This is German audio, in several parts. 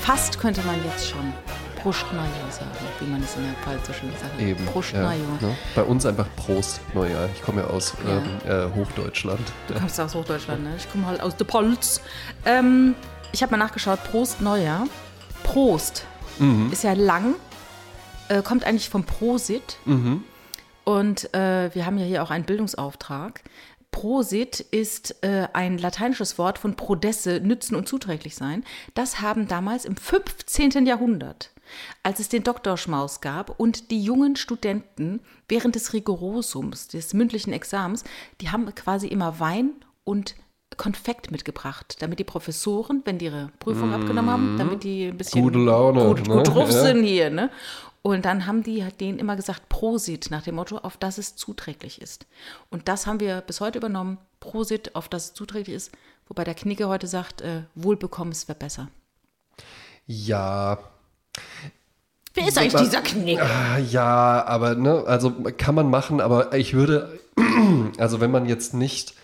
Fast könnte man jetzt schon Prost Neujahr sagen, wie man es in der Pfalz so schön sagt. Eben. Prost Ja, Neujahr. ne? Bei uns einfach Prost Neujahr. Ich komme ja aus Hochdeutschland. Du kommst aus Hochdeutschland, ne? Ich komme halt aus der Pfalz. Ich habe mal nachgeschaut, Prost Neujahr. Prost ist ja lang, kommt eigentlich vom Prosit. Und wir haben ja hier auch einen Bildungsauftrag. Prosit ist ein lateinisches Wort von prodesse, nützen und zuträglich sein. Das haben damals im 15. Jahrhundert, als es den Doktorschmaus gab und die jungen Studenten während des Rigorosums, des mündlichen Examens, die haben quasi immer Wein und Konfekt mitgebracht, damit die Professoren, wenn die ihre Prüfung abgenommen haben, damit die ein bisschen Gute Laune, gut ne? drauf sind hier, ne? Und dann haben die denen immer gesagt, Prosit, nach dem Motto, auf das es zuträglich ist. Und das haben wir bis heute übernommen, Prosit, auf das es zuträglich ist, wobei der Knigge heute sagt, Wohlbekommens wäre besser. Ja. Wer ist eigentlich dieser Knigge? Ja, aber, ne, also kann man machen, aber ich würde, also wenn man jetzt nicht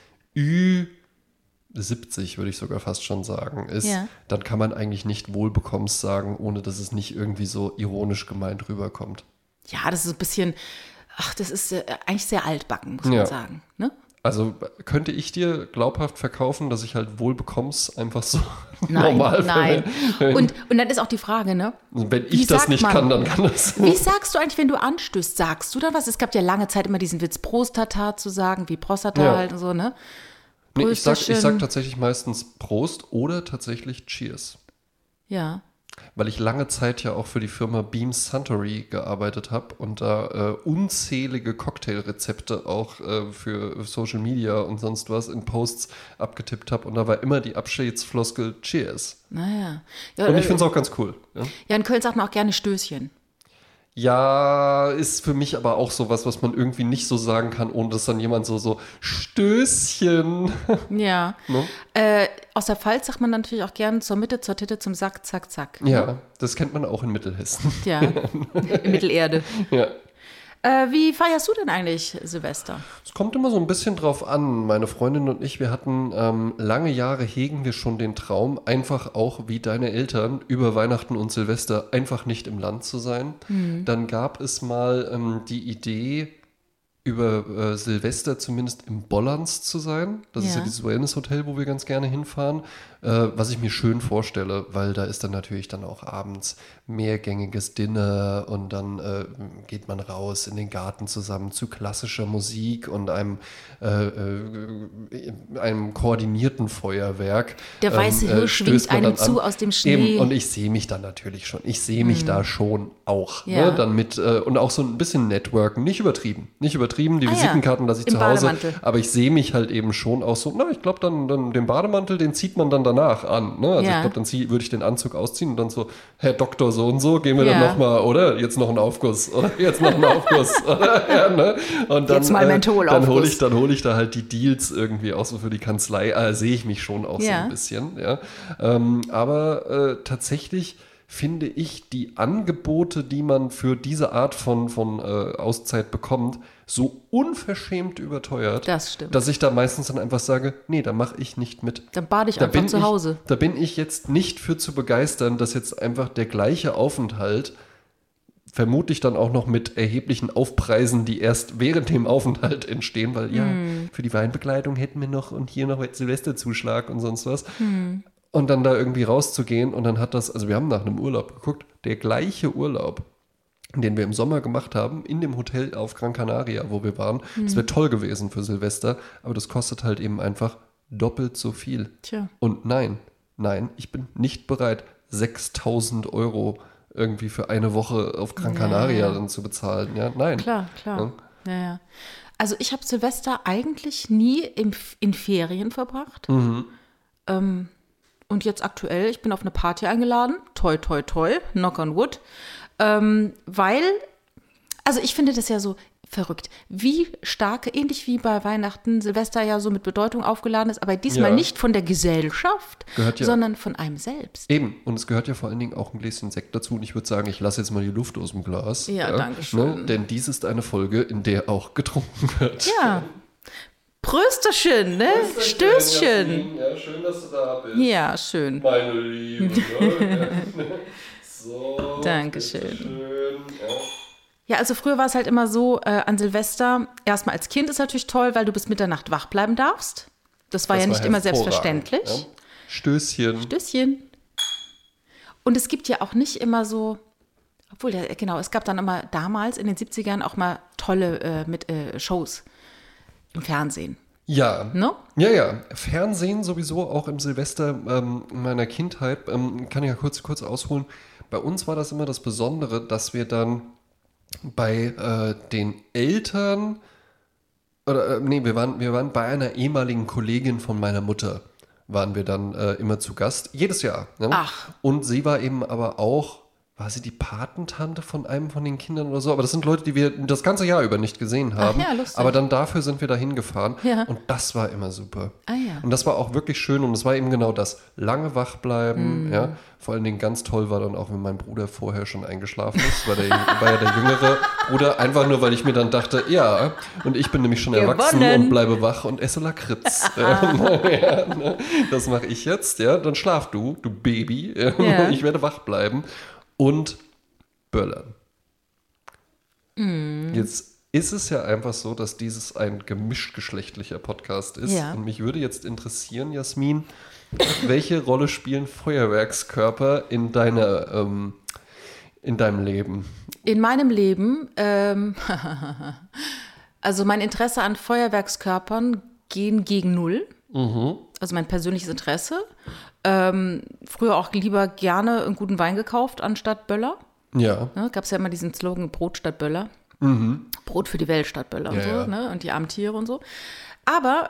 70, würde ich sogar fast schon sagen, ist, dann kann man eigentlich nicht Wohlbekommens sagen, ohne dass es nicht irgendwie so ironisch gemeint rüberkommt. Ja, das ist ein bisschen, das ist eigentlich sehr altbacken, muss man sagen. Ne? Also könnte ich dir glaubhaft verkaufen, dass ich halt Wohlbekommens einfach so normal Nein. Und dann ist auch die Frage, ne? Wenn ich das nicht kann, dann kann das. Wie sagst du eigentlich, wenn du anstößt, sagst du dann was? Es gab ja lange Zeit immer diesen Witz, Prostata zu sagen, wie Prostata halt und so, ne? Nee, ich sag tatsächlich meistens Prost oder tatsächlich Cheers. Ja. Weil ich lange Zeit ja auch für die Firma Beam Suntory gearbeitet habe und da unzählige Cocktailrezepte auch für Social Media und sonst was in Posts abgetippt habe. Und da war immer die Abschiedsfloskel Cheers. Naja. Ja, und ich finde es auch ganz cool. Ja, in Köln sagt man auch gerne Stößchen. Ja, ist für mich aber auch sowas, was man irgendwie nicht so sagen kann, ohne dass dann jemand so Stößchen. Ja. No? Aus der Pfalz sagt man natürlich auch gerne zur Mitte, zur Titte, zum Sack, zack, zack. Ja, ne? Das kennt man auch in Mittelhessen. Ja, in Mittelerde. Ja. Wie feierst du denn eigentlich Silvester? Es kommt immer so ein bisschen drauf an. Meine Freundin und ich, wir hatten lange Jahre hegen wir schon den Traum, einfach auch wie deine Eltern über Weihnachten und Silvester einfach nicht im Land zu sein. Dann gab es mal die Idee, über Silvester zumindest im Bollands zu sein. Das ist ja dieses Wellness-Hotel, wo wir ganz gerne hinfahren. Was ich mir schön vorstelle, weil da ist dann natürlich dann auch abends mehrgängiges Dinner und dann geht man raus in den Garten zusammen zu klassischer Musik und einem koordinierten Feuerwerk. Der weiße Hirsch winkt einem zu aus dem Schnee. Eben, und ich sehe mich dann natürlich schon. Ich sehe mich da schon auch. Ne? Dann und auch so ein bisschen Networken. Nicht übertrieben, die Visitenkarten lasse ich zu Hause. Bademantel. Aber ich sehe mich halt eben schon auch so, ich glaube dann den Bademantel, den zieht man dann danach an. Ne? Also ich glaube, dann würde ich den Anzug ausziehen und dann so, Herr Doktor so und so, gehen wir dann nochmal, oder? Jetzt noch einen Aufguss, oder? Jetzt noch einen Aufguss, oder? Ja, ne? Und dann, jetzt mal Menthol-Aufguss. Dann hole ich da halt die Deals irgendwie auch so für die Kanzlei. Sehe ich mich schon auch so ein bisschen, ja. Aber tatsächlich finde ich die Angebote, die man für diese Art von Auszeit bekommt, so unverschämt überteuert, das stimmt, dass ich da meistens dann einfach sage, nee, da mache ich nicht mit. Dann bade ich einfach zu Hause. Da bin ich jetzt nicht für zu begeistern, dass jetzt einfach der gleiche Aufenthalt, vermutlich dann auch noch mit erheblichen Aufpreisen, die erst während dem Aufenthalt entstehen, weil für die Weinbegleitung hätten wir noch und hier noch Silvesterzuschlag und sonst was. Und dann da irgendwie rauszugehen und dann hat das, also wir haben nach einem Urlaub geguckt, der gleiche Urlaub, den wir im Sommer gemacht haben, in dem Hotel auf Gran Canaria, wo wir waren, das wäre toll gewesen für Silvester, aber das kostet halt eben einfach doppelt so viel. Tja. Und nein, ich bin nicht bereit, 6.000 € irgendwie für eine Woche auf Gran Canaria dann zu bezahlen. Ja, nein. Klar. Ja. Also ich habe Silvester eigentlich nie in Ferien verbracht. Und jetzt aktuell, ich bin auf eine Party eingeladen, toi, toi, toi, knock on wood, weil, also ich finde das ja so verrückt, wie stark, ähnlich wie bei Weihnachten, Silvester ja so mit Bedeutung aufgeladen ist, aber diesmal nicht von der Gesellschaft, sondern von einem selbst. Eben, und es gehört ja vor allen Dingen auch ein Gläschen Sekt dazu und ich würde sagen, ich lasse jetzt mal die Luft aus dem Glas. Ja, danke schön. Ne? Denn dies ist eine Folge, in der auch getrunken wird. Ja. Prösterchen, ne? Stößchen. Ja, schön, dass du da bist. Ja, schön. Meine Liebe. So. Dankeschön. Schön. Ja, also früher war es halt immer so, an Silvester, erstmal als Kind ist natürlich toll, weil du bis Mitternacht wach bleiben darfst. Das war ja nicht immer selbstverständlich. Ja. Stößchen. Stößchen. Und es gibt ja auch nicht immer so, obwohl, ja, genau, es gab dann immer damals in den 70ern auch mal tolle Shows im Fernsehen. Ja. No? Ja. Fernsehen sowieso auch im Silvester meiner Kindheit. Kann ich ja kurz ausholen. Bei uns war das immer das Besondere, dass wir dann bei den Eltern, wir waren bei einer ehemaligen Kollegin von meiner Mutter, waren wir dann immer zu Gast, jedes Jahr. Ne? Ach. Und sie war eben aber auch, war sie die Patentante von einem von den Kindern oder so? Aber das sind Leute, die wir das ganze Jahr über nicht gesehen haben. Ach ja, lustig. Aber dann dafür sind wir da hingefahren. Ja. Und das war immer super. Ah ja. Und das war auch wirklich schön. Und es war eben genau das. Lange wach bleiben. Ja. Vor allen Dingen ganz toll war dann auch, wenn mein Bruder vorher schon eingeschlafen ist. War ja der jüngere Bruder. Einfach nur, weil ich mir dann dachte, ja. Und ich bin nämlich schon erwachsen und bleibe wach und esse Lakritz. Das mache ich jetzt. Ja. Dann schlaf du Baby. Ja. Ich werde wach bleiben. Und böllern. Jetzt ist es ja einfach so, dass dieses ein gemischtgeschlechtlicher Podcast ist. Ja. Und mich würde jetzt interessieren, Jasmin, welche Rolle spielen Feuerwerkskörper in deinem Leben? In meinem Leben, also mein Interesse an Feuerwerkskörpern gehen gegen null. Also mein persönliches Interesse. Früher auch lieber gerne einen guten Wein gekauft, anstatt Böller. Ja. Ne, gab es ja immer diesen Slogan, Brot statt Böller. Brot für die Welt statt Böller und so. Ja. Ne, und die armen Tiere und so. Aber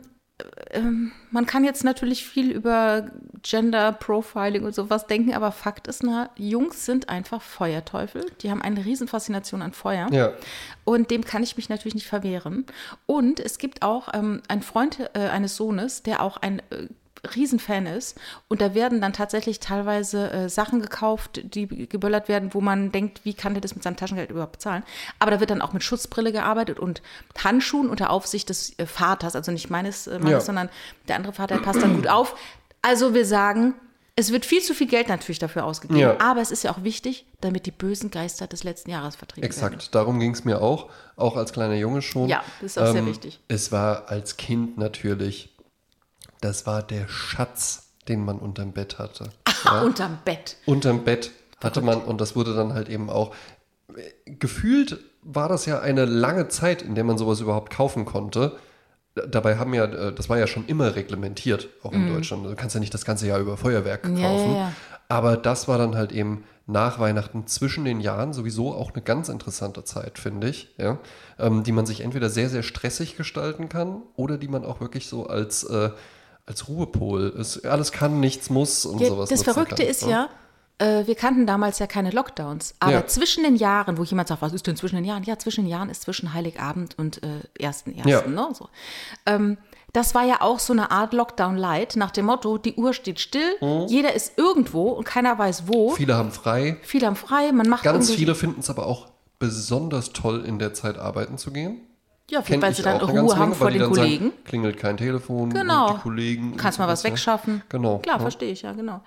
man kann jetzt natürlich viel über Gender Profiling und sowas denken, aber Fakt ist, Jungs sind einfach Feuerteufel. Die haben eine riesen Faszination an Feuer. Ja. Und dem kann ich mich natürlich nicht verwehren. Und es gibt auch einen Freund eines Sohnes, der auch ein Riesenfan ist. Und da werden dann tatsächlich teilweise Sachen gekauft, die geböllert werden, wo man denkt, wie kann der das mit seinem Taschengeld überhaupt bezahlen? Aber da wird dann auch mit Schutzbrille gearbeitet und Handschuhen unter Aufsicht des Vaters, also nicht meines Mannes, sondern der andere Vater, der passt dann gut auf. Also wir sagen, es wird viel zu viel Geld natürlich dafür ausgegeben, aber es ist ja auch wichtig, damit die bösen Geister des letzten Jahres vertrieben werden. Exakt, darum ging es mir auch als kleiner Junge schon. Ja, das ist auch sehr wichtig. Es war als Kind natürlich, das war der Schatz, den man unterm Bett hatte. Ja? Unterm Bett. Unterm Bett hatte man, und das wurde dann halt eben auch, gefühlt war das ja eine lange Zeit, in der man sowas überhaupt kaufen konnte. Dabei das war ja schon immer reglementiert, auch in Deutschland. Du kannst ja nicht das ganze Jahr über Feuerwerk kaufen. Ja. Aber das war dann halt eben nach Weihnachten zwischen den Jahren sowieso auch eine ganz interessante Zeit, finde ich. Ja? Die man sich entweder sehr, sehr stressig gestalten kann oder die man auch wirklich so als Ruhepol ist. Alles kann, nichts muss und sowas. Das Verrückte ist ja, wir kannten damals ja keine Lockdowns, aber zwischen den Jahren, wo jemand sagt, was ist denn zwischen den Jahren? Ja, zwischen den Jahren ist zwischen Heiligabend und 1.1. Ja. Ne? So. Das war ja auch so eine Art Lockdown-Light nach dem Motto, die Uhr steht still, jeder ist irgendwo und keiner weiß wo. Viele haben frei. Man macht Ganz viele finden es aber auch besonders toll, in der Zeit arbeiten zu gehen. Ja, weil sie dann Ruhe haben vor den Kollegen. Sagen, klingelt kein Telefon, genau. Und die Kollegen. Kannst mal was wegschaffen. Genau. Klar, verstehe ich, ja, genau.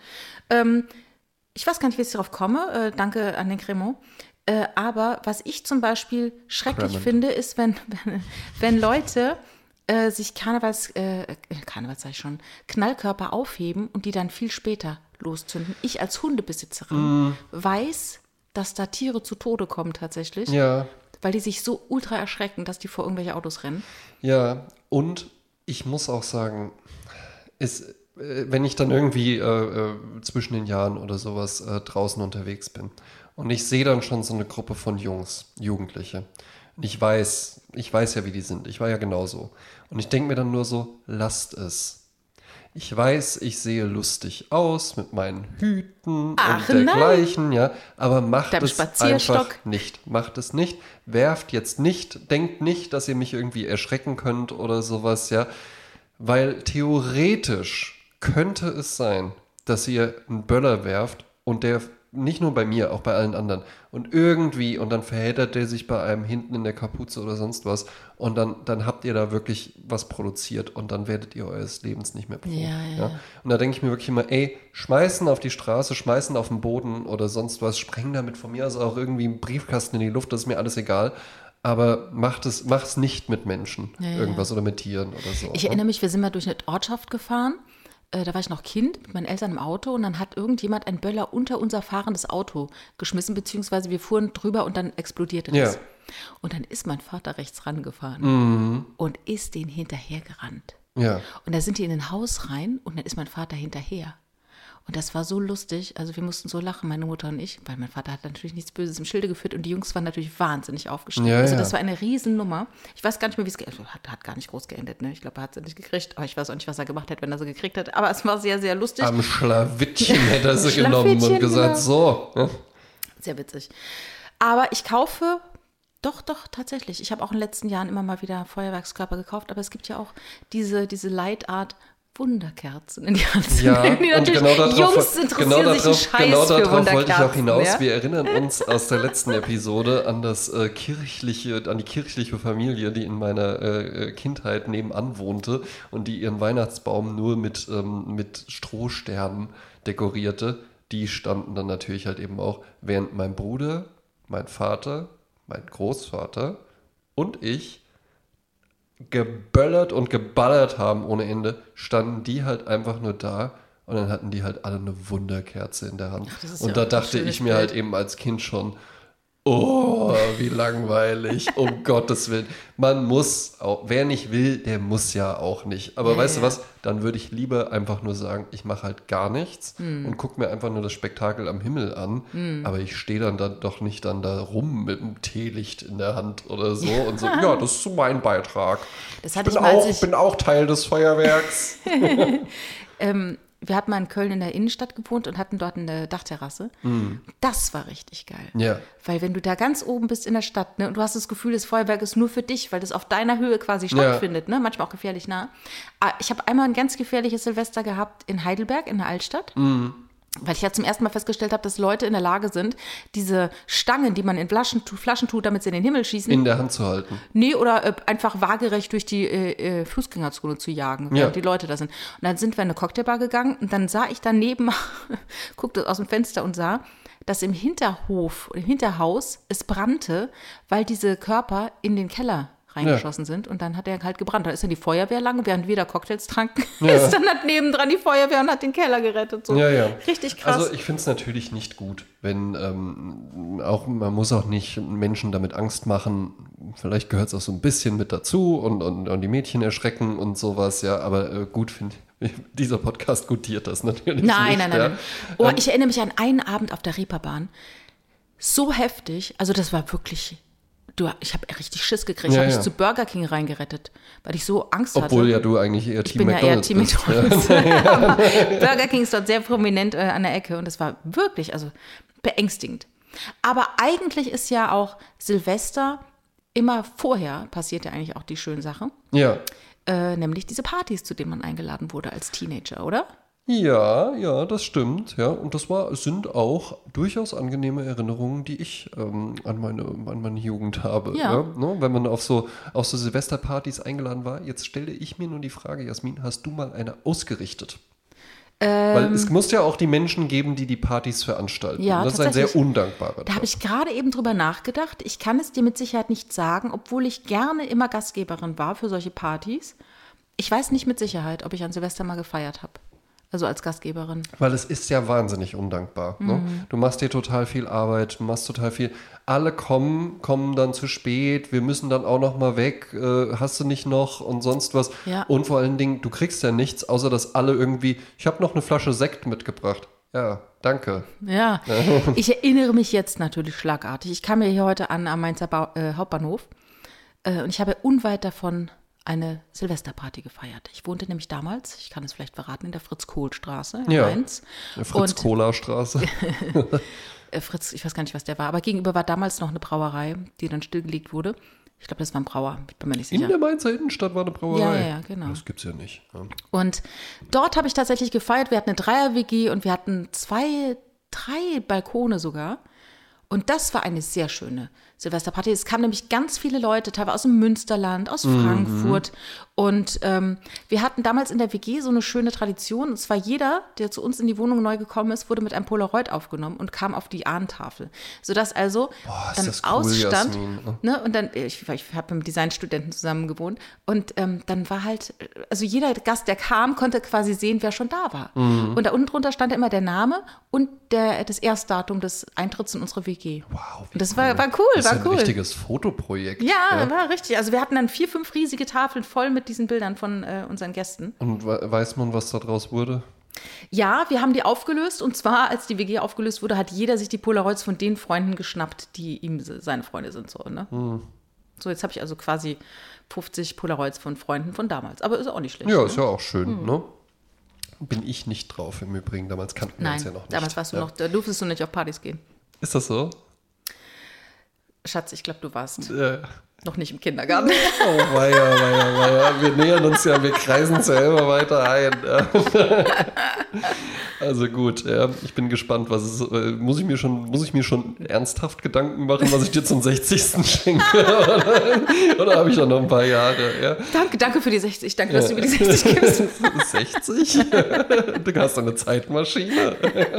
Ich weiß gar nicht, wie ich darauf komme. Danke an den Cremant. Aber was ich zum Beispiel schrecklich finde, ist, wenn Leute sich Knallkörper aufheben und die dann viel später loszünden. Ich als Hundebesitzerin weiß, dass da Tiere zu Tode kommen tatsächlich. Ja. Weil die sich so ultra erschrecken, dass die vor irgendwelche Autos rennen. Ja, und ich muss auch sagen, wenn ich dann irgendwie zwischen den Jahren oder sowas draußen unterwegs bin und ich sehe dann schon so eine Gruppe von Jugendliche. Und ich weiß ja, wie die sind. Ich war ja genauso. Und ich denke mir dann nur so, lasst es. Ich weiß, ich sehe lustig aus mit meinen Hüten und dergleichen, ja, aber macht es einfach nicht. Macht es nicht. Werft jetzt nicht, denkt nicht, dass ihr mich irgendwie erschrecken könnt oder sowas, ja, weil theoretisch könnte es sein, dass ihr einen Böller werft und der nicht nur bei mir, auch bei allen anderen. Und irgendwie, und dann verheddert der sich bei einem hinten in der Kapuze oder sonst was. Und dann habt ihr da wirklich was produziert und dann werdet ihr eures Lebens nicht mehr Pro. Ja? Und da denke ich mir wirklich immer, ey, schmeißen auf die Straße, schmeißen auf den Boden oder sonst was, sprengen damit von mir aus auch irgendwie einen Briefkasten in die Luft, das ist mir alles egal. Aber mach's nicht mit Menschen, irgendwas oder mit Tieren oder so. Ich erinnere mich, wir sind mal durch eine Ortschaft gefahren. Da war ich noch Kind mit meinen Eltern im Auto und dann hat irgendjemand einen Böller unter unser fahrendes Auto geschmissen, beziehungsweise wir fuhren drüber und dann explodierte das. Ja. Und dann ist mein Vater rechts rangefahren und ist den hinterhergerannt. Ja. Und da sind die in ein Haus rein und dann ist mein Vater hinterher. Und das war so lustig, also wir mussten so lachen, meine Mutter und ich, weil mein Vater hat natürlich nichts Böses im Schilde geführt und die Jungs waren natürlich wahnsinnig aufgeschreckt. Ja, also das war eine Riesennummer. Ich weiß gar nicht mehr, wie es geendet hat gar nicht groß geendet, ne? Ich glaube, er hat sie nicht gekriegt, aber ich weiß auch nicht, was er gemacht hätte, wenn er sie gekriegt hätte. Aber es war sehr, sehr lustig. Am Schlawittchen hätte er sie genommen und gesagt, so. Ja. Sehr witzig. Aber ich kaufe... Doch, tatsächlich. Ich habe auch in den letzten Jahren immer mal wieder Feuerwerkskörper gekauft, aber es gibt ja auch diese Light-Art Wunderkerzen in die Hand zu nehmen. Ja, und genau darauf wollte ich auch hinaus. Ja? Wir erinnern uns aus der letzten Episode an die kirchliche Familie, die in meiner Kindheit nebenan wohnte und die ihren Weihnachtsbaum nur mit Strohsternen dekorierte. Die standen dann natürlich halt eben auch, während mein Bruder, mein Vater, mein Großvater und ich geböllert und geballert haben ohne Ende, standen die halt einfach nur da und dann hatten die halt alle eine Wunderkerze in der Hand. Und da dachte ich mir halt eben als Kind schon, oh, wie langweilig, um Gottes Willen. Man muss auch, wer nicht will, der muss ja auch nicht. Aber weißt du was, dann würde ich lieber einfach nur sagen, ich mache halt gar nichts und gucke mir einfach nur das Spektakel am Himmel an. Aber ich stehe dann doch nicht dann da rum mit einem Teelicht in der Hand oder so und so, ja, das ist so mein Beitrag. Das hatte ich bin auch Teil des Feuerwerks. Wir hatten mal in Köln in der Innenstadt gewohnt und hatten dort eine Dachterrasse. Das war richtig geil. Ja. Weil wenn du da ganz oben bist in der Stadt, ne, und du hast das Gefühl, das Feuerwerk ist nur für dich, weil das auf deiner Höhe quasi stattfindet, ne, manchmal auch gefährlich nah. Ich habe einmal ein ganz gefährliches Silvester gehabt in Heidelberg, in der Altstadt. Weil ich ja zum ersten Mal festgestellt habe, dass Leute in der Lage sind, diese Stangen, die man in Flaschen tut, damit sie in den Himmel schießen. In der Hand zu halten. Nee, oder einfach waagerecht durch die Fußgängerzone zu jagen, während die Leute da sind. Und dann sind wir in eine Cocktailbar gegangen und dann sah ich daneben, guckte aus dem Fenster und sah, dass im Hinterhof, im Hinterhaus es brannte, weil diese Körper in den Keller reingeschossen sind und dann hat er halt gebrannt. Da ist dann die Feuerwehr lang, während wir da Cocktails tranken, ist dann halt nebendran die Feuerwehr und hat den Keller gerettet. So. Ja. Richtig krass. Also ich finde es natürlich nicht gut, wenn man muss auch nicht Menschen damit Angst machen. Vielleicht gehört es auch so ein bisschen mit dazu und die Mädchen erschrecken und sowas, ja, aber gut finde ich. Dieser Podcast gutiert das natürlich Nein. Oh, ich erinnere mich an einen Abend auf der Reeperbahn. So heftig, also das war wirklich... ich habe richtig Schiss gekriegt. Ich habe mich zu Burger King reingerettet, weil ich so Angst hatte. Obwohl ja du eigentlich eher Team McDonald's bist. Ich bin ja eher Team McDonald's. Burger King ist dort sehr prominent an der Ecke und das war wirklich beängstigend. Aber eigentlich ist ja auch Silvester immer vorher passiert ja eigentlich auch die schöne Sache. Ja. Nämlich diese Partys, zu denen man eingeladen wurde als Teenager, oder? Ja, das stimmt. Ja, und sind auch durchaus angenehme Erinnerungen, die ich an meine Jugend habe. Ja. Ne? Wenn man auf so Silvesterpartys eingeladen war. Jetzt stelle ich mir nur die Frage, Jasmin, hast du mal eine ausgerichtet? Weil es muss ja auch die Menschen geben, die Partys veranstalten. Ja, das ist ein sehr undankbarer Job. Da habe ich gerade eben drüber nachgedacht. Ich kann es dir mit Sicherheit nicht sagen, obwohl ich gerne immer Gastgeberin war für solche Partys. Ich weiß nicht mit Sicherheit, ob ich an Silvester mal gefeiert habe. Also als Gastgeberin. Weil es ist ja wahnsinnig undankbar. Ne? Du machst dir total viel Arbeit, du machst total viel. Alle kommen dann zu spät, wir müssen dann auch noch mal weg, hast du nicht noch und sonst was. Ja. Und vor allen Dingen, du kriegst ja nichts, außer dass alle irgendwie, ich habe noch eine Flasche Sekt mitgebracht. Ja, danke. Ja, ich erinnere mich jetzt natürlich schlagartig. Ich kam ja hier heute an am Mainzer Hauptbahnhof und ich habe unweit davon eine Silvesterparty gefeiert. Ich wohnte nämlich damals, ich kann es vielleicht verraten, in der Fritz-Kohl-Straße in Mainz. Fritz-Kohler-Straße. Fritz, ich weiß gar nicht, was der war, aber gegenüber war damals noch eine Brauerei, die dann stillgelegt wurde. Ich glaube, das war ein Brauer, ich bin mir nicht sicher. In der Mainzer Innenstadt war eine Brauerei? Ja, genau. Das gibt's ja nicht. Ja. Und dort habe ich tatsächlich gefeiert, wir hatten eine Dreier-WG und wir hatten 2 3 Balkone sogar. Und das war eine sehr schöne Silvesterparty. Es kamen nämlich ganz viele Leute, teilweise aus dem Münsterland, aus Frankfurt. Und wir hatten damals in der WG so eine schöne Tradition. Und zwar jeder, der zu uns in die Wohnung neu gekommen ist, wurde mit einem Polaroid aufgenommen und kam auf die Ahnentafel. Sodass also dann cool, ausstand. Ne, und dann, ich habe mit Designstudenten zusammen gewohnt. Und dann war halt, also jeder Gast, der kam, konnte quasi sehen, wer schon da war. Und da unten drunter stand immer der Name und das Erstdatum des Eintritts in unsere WG. Wow. Und das war cool, das ist ein richtiges Fotoprojekt. Ja, war richtig. Also wir hatten dann 4, 5 riesige Tafeln voll mit diesen Bildern von unseren Gästen. Und weiß man, was daraus wurde? Ja, wir haben die aufgelöst. Und zwar, als die WG aufgelöst wurde, hat jeder sich die Polaroids von den Freunden geschnappt, die ihm seine Freunde sind. So, ne? So, jetzt habe ich also quasi 50 Polaroids von Freunden von damals. Aber ist auch nicht schlecht. Ja, ne? Ist ja auch schön, ne? Bin ich nicht drauf im Übrigen. Damals kannten wir uns ja noch nicht. Damals warst du noch, da durftest du nicht auf Partys gehen. Ist das so? Schatz, ich glaube, du warst noch nicht im Kindergarten. Oh, weia. Wir nähern uns ja, wir kreisen es ja immer weiter ein. Also gut, ich bin gespannt, was es muss ich mir schon ernsthaft Gedanken machen, was ich dir zum 60. schenke? Oder habe ich da noch ein paar Jahre? Ja? Danke für die 60. Danke, dass du mir die 60 gibst. 60? Du hast eine Zeitmaschine.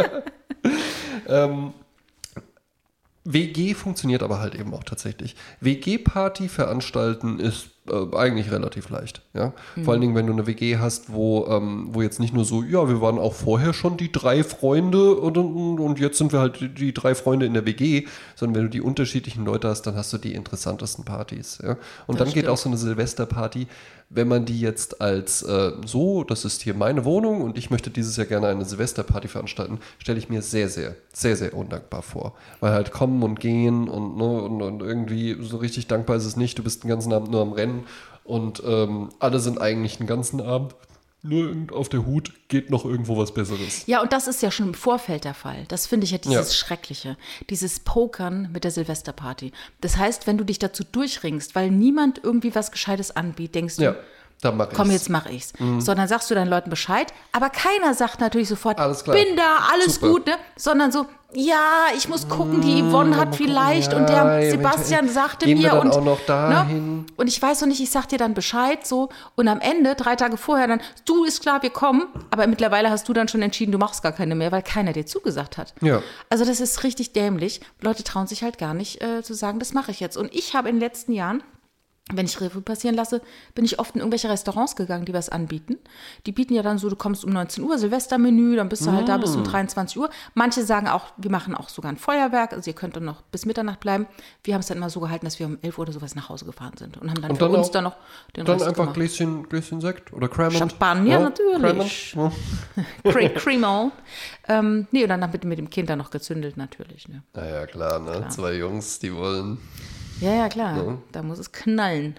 WG funktioniert aber halt eben auch tatsächlich. WG-Party veranstalten ist eigentlich relativ leicht. Ja? Vor allen Dingen, wenn du eine WG hast, wo jetzt nicht nur so, ja, wir waren auch vorher schon die 3 Freunde und jetzt sind wir halt die 3 Freunde in der WG, sondern wenn du die unterschiedlichen Leute hast, dann hast du die interessantesten Partys. Ja? Und dann geht auch so eine Silvesterparty, wenn man die jetzt als das ist hier meine Wohnung und ich möchte dieses Jahr gerne eine Silvesterparty veranstalten, stelle ich mir sehr, sehr, sehr, sehr undankbar vor. Weil halt kommen und gehen und irgendwie so richtig dankbar ist es nicht. Du bist den ganzen Abend nur am Rennen und alle sind eigentlich den ganzen Abend nur auf der Hut, geht noch irgendwo was Besseres. Ja, und das ist ja schon im Vorfeld der Fall. Das finde ich ja dieses Schreckliche, dieses Pokern mit der Silvesterparty. Das heißt, wenn du dich dazu durchringst, weil niemand irgendwie was Gescheites anbietet, denkst du, komm, jetzt mach ich's. Sondern sagst du deinen Leuten Bescheid, aber keiner sagt natürlich sofort, bin da, alles super. Gut, ne? Sondern so, ja, ich muss gucken, die Yvonne hat vielleicht und der Sebastian sagte mir dann und auch noch dahin. Ne? Und ich weiß noch nicht, ich sag dir dann Bescheid so und am Ende 3 Tage vorher dann, du ist klar, wir kommen, aber mittlerweile hast du dann schon entschieden, du machst gar keine mehr, weil keiner dir zugesagt hat. Ja. Also das ist richtig dämlich. Leute trauen sich halt gar nicht zu sagen, das mache ich jetzt. Und ich habe in den letzten Jahren, wenn ich Revue passieren lasse, bin ich oft in irgendwelche Restaurants gegangen, die was anbieten. Die bieten ja dann so, du kommst um 19 Uhr, Silvestermenü, dann bist du halt da bis um 23 Uhr. Manche sagen auch, wir machen auch sogar ein Feuerwerk, also ihr könnt dann noch bis Mitternacht bleiben. Wir haben es dann immer so gehalten, dass wir um 11 Uhr oder sowas nach Hause gefahren sind und haben dann für uns dann noch den Rest einfach gemacht. Gläschen Sekt oder Cremant. Champagner, natürlich. Cremant. Nee, und dann mit dem Kind dann noch gezündelt, natürlich. Ne? Naja, klar, ne? Klar. 2 Jungs, die wollen... Ja, klar. Ja. Da muss es knallen.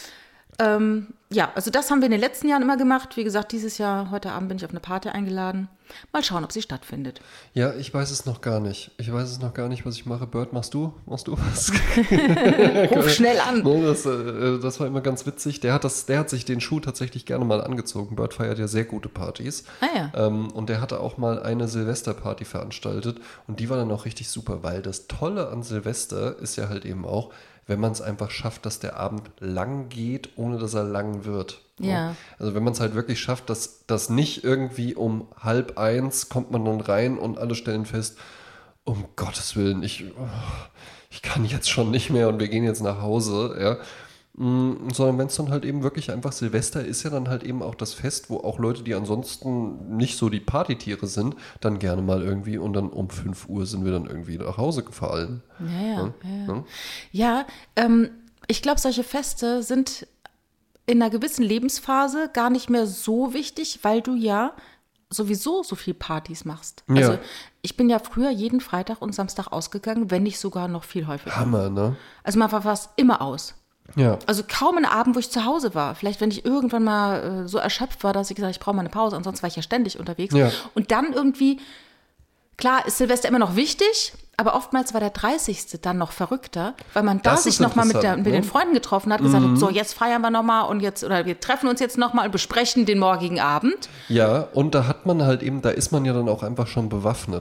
Also das haben wir in den letzten Jahren immer gemacht. Wie gesagt, dieses Jahr, heute Abend bin ich auf eine Party eingeladen. Mal schauen, ob sie stattfindet. Ja, ich weiß es noch gar nicht. Was ich mache. Bert, machst du was? Ruf schnell an. Das war immer ganz witzig. Der hat sich den Schuh tatsächlich gerne mal angezogen. Bert feiert ja sehr gute Partys. Ah ja. Und der hatte auch mal eine Silvesterparty veranstaltet. Und die war dann auch richtig super, weil das Tolle an Silvester ist ja halt eben auch, wenn man es einfach schafft, dass der Abend lang geht, ohne dass er lang wird. Ja. Also wenn man es halt wirklich schafft, dass das nicht irgendwie um 12:30 kommt man dann rein und alle stellen fest, um Gottes Willen, ich kann jetzt schon nicht mehr und wir gehen jetzt nach Hause, ja. Sondern wenn es dann halt eben wirklich einfach Silvester ist ja dann halt eben auch das Fest, wo auch Leute, die ansonsten nicht so die Partytiere sind, dann gerne mal irgendwie und dann um 5 Uhr sind wir dann irgendwie nach Hause gefallen. Ja, ich glaube, solche Feste sind in einer gewissen Lebensphase gar nicht mehr so wichtig, weil du ja sowieso so viel Partys machst. Ja. Also ich bin ja früher jeden Freitag und Samstag ausgegangen, wenn nicht sogar noch viel häufiger. Hammer, ne? Also man war fast immer aus. Ja. Also kaum ein Abend, wo ich zu Hause war. Vielleicht, wenn ich irgendwann mal so erschöpft war, dass ich gesagt habe, ich brauche mal eine Pause. Ansonsten war ich ja ständig unterwegs. Ja. Und dann irgendwie, klar ist Silvester immer noch wichtig, aber oftmals war der 30. dann noch verrückter, weil man da sich nochmal mit den Freunden getroffen hat, gesagt hat, so jetzt feiern wir nochmal und jetzt, oder wir treffen uns jetzt nochmal und besprechen den morgigen Abend. Ja, und da hat man halt eben, da ist man ja dann auch einfach schon bewaffnet.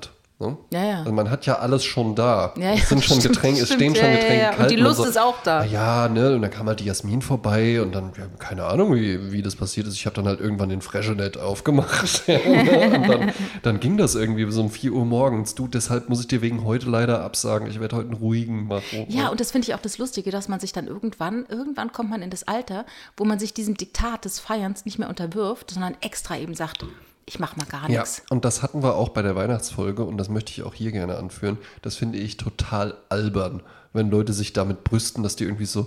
Ne? Ja, ja. Also man hat ja alles schon da. Ja, es sind schon Getränke, es stehen schon Getränke kalt. Und die Lust ist auch da. Ja, ne, und dann kam halt die Jasmin vorbei und dann, keine Ahnung, wie das passiert ist. Ich habe dann halt irgendwann den Freshenet aufgemacht. Und dann ging das irgendwie bis um 4 Uhr morgens. Du, deshalb muss ich dir wegen heute leider absagen. Ich werde heute einen ruhigen machen. Ja, und das finde ich auch das Lustige, dass man sich dann irgendwann kommt man in das Alter, wo man sich diesem Diktat des Feierns nicht mehr unterwirft, sondern extra eben sagt, ich mache mal gar nichts. Ja, und das hatten wir auch bei der Weihnachtsfolge und das möchte ich auch hier gerne anführen. Das finde ich total albern, wenn Leute sich damit brüsten, dass die irgendwie so,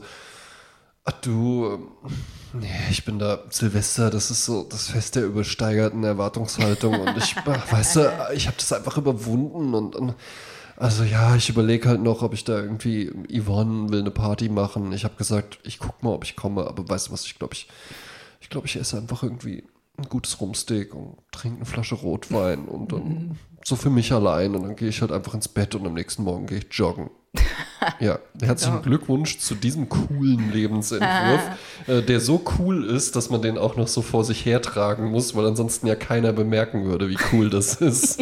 ich bin da, Silvester, das ist so das Fest der übersteigerten Erwartungshaltung und ich, weißt du, ich habe das einfach überwunden und also ja, ich überlege halt noch, ob ich da irgendwie, Yvonne will eine Party machen. Ich habe gesagt, ich guck mal, ob ich komme, aber weißt du was, ich glaube, ich esse einfach irgendwie ein gutes Rumsteak und trinke eine Flasche Rotwein und dann so für mich allein und dann gehe ich halt einfach ins Bett und am nächsten Morgen gehe ich joggen. Ja, herzlichen Glückwunsch zu diesem coolen Lebensentwurf, der so cool ist, dass man den auch noch so vor sich hertragen muss, weil ansonsten ja keiner bemerken würde, wie cool das ist.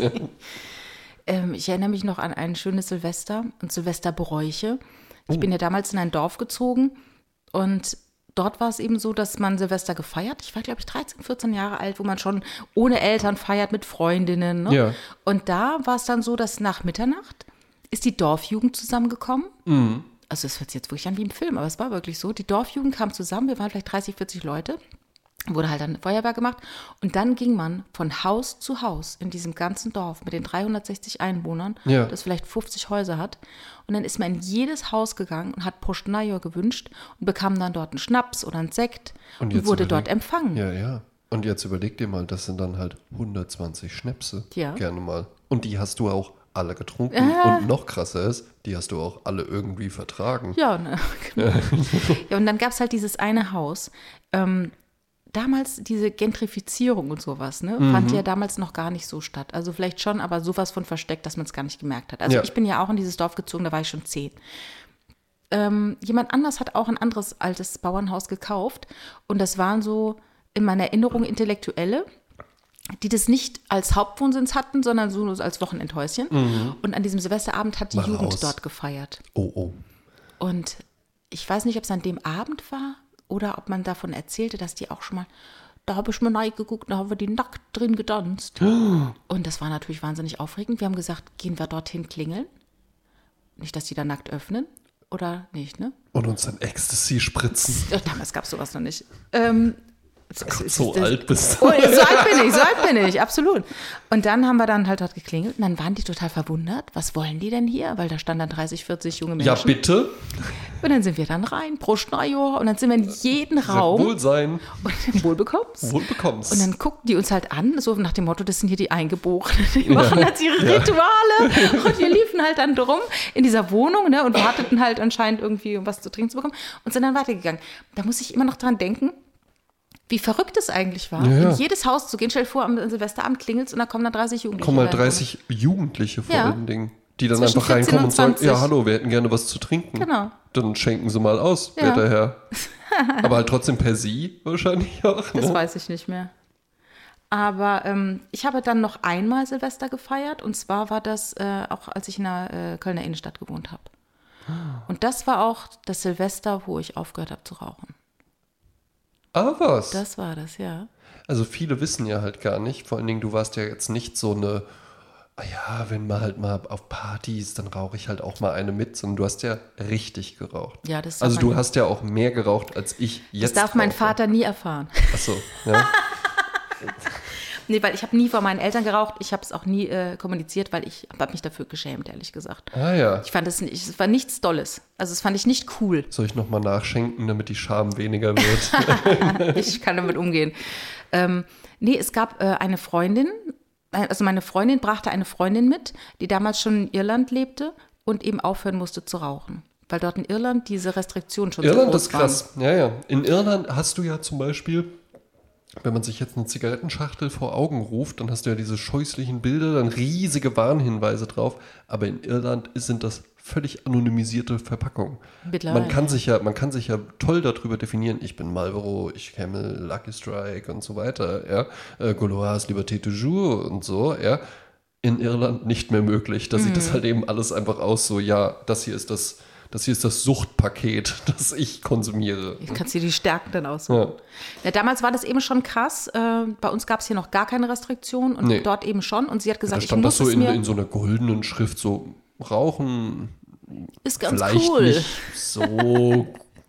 Ich erinnere mich noch an ein schönes Silvester und Silvesterbräuche. Ich bin ja damals in ein Dorf gezogen und dort war es eben so, dass man Silvester gefeiert. Ich war, glaube ich, 13, 14 Jahre alt, wo man schon ohne Eltern feiert mit Freundinnen. Ne? Ja. Und da war es dann so, dass nach Mitternacht ist die Dorfjugend zusammengekommen. Mhm. Also es hört sich jetzt wirklich an wie im Film, aber es war wirklich so. Die Dorfjugend kam zusammen, wir waren vielleicht 30, 40 Leute. Wurde halt dann Feuerwehr gemacht. Und dann ging man von Haus zu Haus in diesem ganzen Dorf mit den 360 Einwohnern, das vielleicht 50 Häuser hat. Und dann ist man in jedes Haus gegangen und hat Prost Neujahr gewünscht und bekam dann dort einen Schnaps oder einen Sekt und wurde dort empfangen. Ja, ja. Und jetzt überleg dir mal, das sind dann halt 120 Schnäpse. Ja. Gerne mal. Und die hast du auch alle getrunken. Und noch krasser ist, die hast du auch alle irgendwie vertragen. Ja, ne? Genau. Ja, und dann gab es halt dieses eine Haus. Damals diese Gentrifizierung und sowas, ne, fand ja damals noch gar nicht so statt. Also vielleicht schon, aber sowas von versteckt, dass man es gar nicht gemerkt hat. Also ich bin ja auch in dieses Dorf gezogen, da war ich schon 10. Jemand anders hat auch ein anderes altes Bauernhaus gekauft und das waren so in meiner Erinnerung Intellektuelle, die das nicht als Hauptwohnsitz hatten, sondern so als Wochenendhäuschen. Und an diesem Silvesterabend hat die Jugend dort gefeiert. Oh. Und ich weiß nicht, ob es an dem Abend war, oder ob man davon erzählte, dass die auch schon mal, da habe ich mal reingeguckt, da haben wir die nackt drin getanzt. Und das war natürlich wahnsinnig aufregend. Wir haben gesagt, gehen wir dorthin klingeln? Nicht, dass die da nackt öffnen oder nicht, ne? Und uns dann Ecstasy spritzen. Damals gab es sowas noch nicht. So alt bist du. Oh, so alt bin ich, absolut. Und dann haben wir dann halt dort geklingelt und dann waren die total verwundert. Was wollen die denn hier? Weil da standen dann 30, 40 junge Menschen. Ja, bitte. Und dann sind wir dann rein, Prost Neujahr, und dann sind wir in jeden Raum. Wohlsein. Und Wohlbekommst. Und dann guckten die uns halt an, so nach dem Motto, das sind hier die Eingeborenen. Die machen jetzt ihre Rituale. Und wir liefen halt dann drum in dieser Wohnung, ne, und warteten halt anscheinend irgendwie, um was zu trinken zu bekommen und sind dann weitergegangen. Da muss ich immer noch dran denken, wie verrückt es eigentlich war, in jedes Haus zu gehen. Stell dir vor, am Silvesterabend klingelt es und da kommen dann 30 Jugendliche. Kommen halt 30 Jugendliche vor allen Dingen, die dann einfach reinkommen und sagen, ja, hallo, wir hätten gerne was zu trinken. Genau. Dann schenken sie mal aus, werter Herr. Aber halt trotzdem per Sie wahrscheinlich auch. Ne? Das weiß ich nicht mehr. Aber ich habe dann noch einmal Silvester gefeiert und zwar war das auch, als ich in der Kölner Innenstadt gewohnt habe. Und das war auch das Silvester, wo ich aufgehört habe zu rauchen. Ah, was? Das war das, ja. Also viele wissen ja halt gar nicht, vor allen Dingen, du warst ja jetzt nicht so eine, wenn man halt mal auf Partys, dann rauche ich halt auch mal eine mit, sondern du hast ja richtig geraucht. Ja, das also du hast ja auch mehr geraucht, als ich jetzt Das darf mein Vater nie erfahren. Ach so, ja. Nee, weil ich habe nie vor meinen Eltern geraucht. Ich habe es auch nie kommuniziert, weil ich habe mich dafür geschämt, ehrlich gesagt. Ah ja. Ich fand es war nichts Dolles. Also es fand ich nicht cool. Soll ich nochmal nachschenken, damit die Scham weniger wird? Ich kann damit umgehen. Nee, es gab eine Freundin, also meine Freundin brachte eine Freundin mit, die damals schon in Irland lebte und eben aufhören musste zu rauchen. Weil dort in Irland diese Restriktionen schon so groß waren. Irland ist krass, ja. In Irland hast du ja zum Beispiel, wenn man sich jetzt eine Zigarettenschachtel vor Augen ruft, dann hast du ja diese scheußlichen Bilder, dann riesige Warnhinweise drauf. Aber in Irland sind das völlig anonymisierte Verpackungen. Man kann sich ja toll darüber definieren, ich bin Marlboro, ich Camel, Lucky Strike und so weiter, ja. Gauloise, Liberté toujours und so, ja. in Irland nicht mehr möglich. Da sieht das halt eben alles einfach aus so, ja, das hier ist das Suchtpaket, das ich konsumiere. Ich kann dir die Stärken dann aussuchen. Ja, damals war das eben schon krass. Bei uns gab es hier noch gar keine Restriktion und dort eben schon. Und sie hat gesagt, da stand ich muss das so es mir... in so einer goldenen Schrift, so Rauchen ist ganz vielleicht cool. nicht so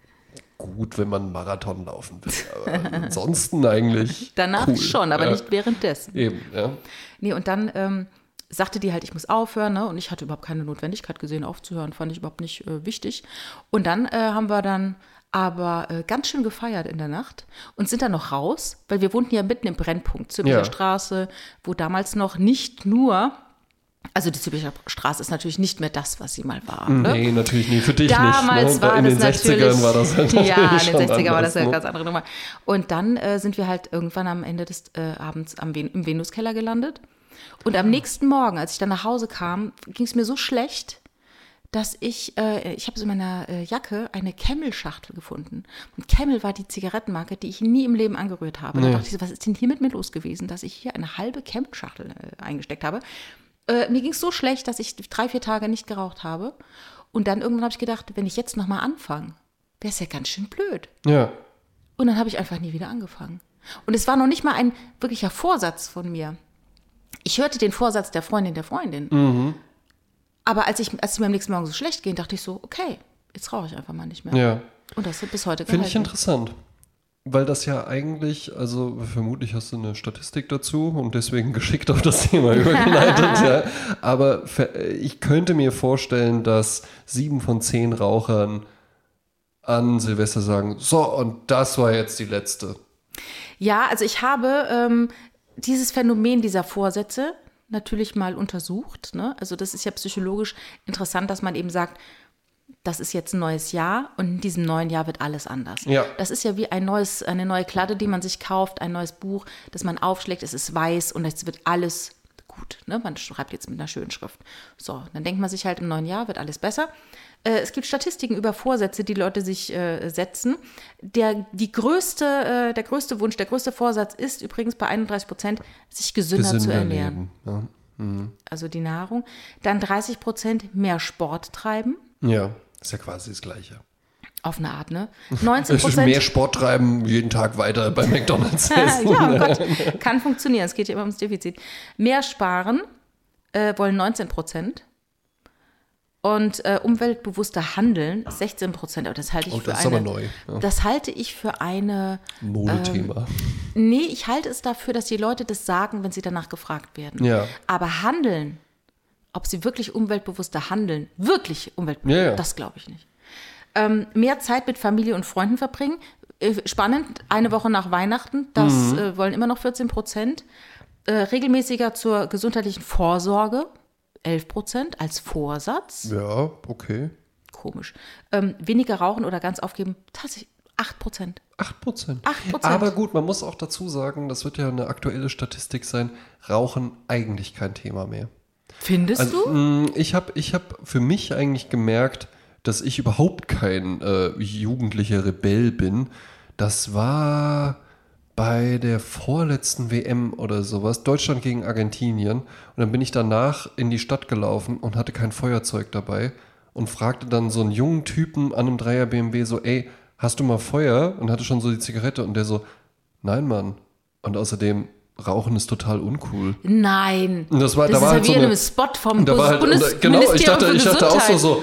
gut, wenn man einen Marathon laufen will. Aber ansonsten eigentlich Danach cool. schon, aber nicht währenddessen. Eben, ja. Nee, und dann sagte die halt, ich muss aufhören, ne? Und ich hatte überhaupt keine Notwendigkeit gesehen, aufzuhören, fand ich überhaupt nicht wichtig. Und dann haben wir dann aber ganz schön gefeiert in der Nacht und sind dann noch raus, weil wir wohnten ja mitten im Brennpunkt, Zülpicher Straße, wo damals noch nicht nur, also die Zülpicher Straße ist natürlich nicht mehr das, was sie mal war. Ne? Nee, natürlich nie, für dich damals nicht. Ne? War in den das 60ern war das halt natürlich ja, in schon den 60ern war das eine anders, ganz andere Nummer. Und dann sind wir halt irgendwann am Ende des Abends im Venuskeller gelandet. Und am nächsten Morgen, als ich dann nach Hause kam, ging es mir so schlecht, dass ich habe so in meiner Jacke eine Camel-Schachtel gefunden. Und Camel war die Zigarettenmarke, die ich nie im Leben angerührt habe. Da dachte ich so, was ist denn hier mit mir los gewesen, dass ich hier eine halbe Camel-Schachtel eingesteckt habe. Mir ging es so schlecht, dass ich 3-4 Tage nicht geraucht habe. Und dann irgendwann habe ich gedacht, wenn ich jetzt nochmal anfange, wäre es ja ganz schön blöd. Ja. Und dann habe ich einfach nie wieder angefangen. Und es war noch nicht mal ein wirklicher Vorsatz von mir. Ich hörte den Vorsatz der Freundin. Mhm. Aber als es mir am nächsten Morgen so schlecht ging, dachte ich so, okay, jetzt rauche ich einfach mal nicht mehr. Ja. Und das wird bis heute gehalten. Finde ich interessant. Weil das ja eigentlich, also vermutlich hast du eine Statistik dazu und deswegen geschickt auf das Thema übergeleitet. Ja. Aber ich könnte mir vorstellen, dass 7 von 10 Rauchern an Silvester sagen, so, und das war jetzt die letzte. Ja, also ich habe dieses Phänomen dieser Vorsätze natürlich mal untersucht. Ne? Also das ist ja psychologisch interessant, dass man eben sagt, das ist jetzt ein neues Jahr und in diesem neuen Jahr wird alles anders. Ja. Das ist ja wie eine neue Kladde, die man sich kauft, ein neues Buch, das man aufschlägt, es ist weiß und es wird alles gut. Ne? Man schreibt jetzt mit einer schönen Schrift. So, dann denkt man sich halt, im neuen Jahr wird alles besser. Es gibt Statistiken über Vorsätze, die Leute sich setzen. Der größte Wunsch, der größte Vorsatz ist übrigens bei 31%, sich gesünder zu ernähren. Ja. Mhm. Also die Nahrung. Dann 30% mehr Sport treiben. Ja, ist ja quasi das Gleiche. Auf eine Art, ne? 19%. Mehr Sport treiben, jeden Tag weiter bei McDonald's essen. Ja, oh Gott, kann funktionieren. Es geht ja immer ums Defizit. Mehr sparen wollen 19%. Und umweltbewusster Handeln 16%. Aber das halte ich für das ist aber neu. Ja. Das halte ich für eine Modethema. Nee, ich halte es dafür, dass die Leute das sagen, wenn sie danach gefragt werden. Ja. Aber handeln, ob sie wirklich umweltbewusster handeln, wirklich umweltbewusst, das glaube ich nicht. Mehr Zeit mit Familie und Freunden verbringen. Spannend, eine Woche nach Weihnachten, das wollen immer noch 14%. Regelmäßiger zur gesundheitlichen Vorsorge, 11% als Vorsatz. Ja, okay. Komisch. Weniger rauchen oder ganz aufgeben, tatsächlich 8%. 8%. 8%. Aber gut, man muss auch dazu sagen, das wird ja eine aktuelle Statistik sein, Rauchen eigentlich kein Thema mehr. Findest du? Ich hab für mich eigentlich gemerkt, dass ich überhaupt kein jugendlicher Rebell bin. Das war bei der vorletzten WM oder sowas, Deutschland gegen Argentinien. Und dann bin ich danach in die Stadt gelaufen und hatte kein Feuerzeug dabei und fragte dann so einen jungen Typen an einem 3er BMW so, ey, hast du mal Feuer? Und hatte schon so die Zigarette und der so, nein, Mann. Und außerdem, Rauchen ist total uncool. Nein. Und das war ja halt wie so in einem Spot vom Bundesministerium genau, ich dachte auch so,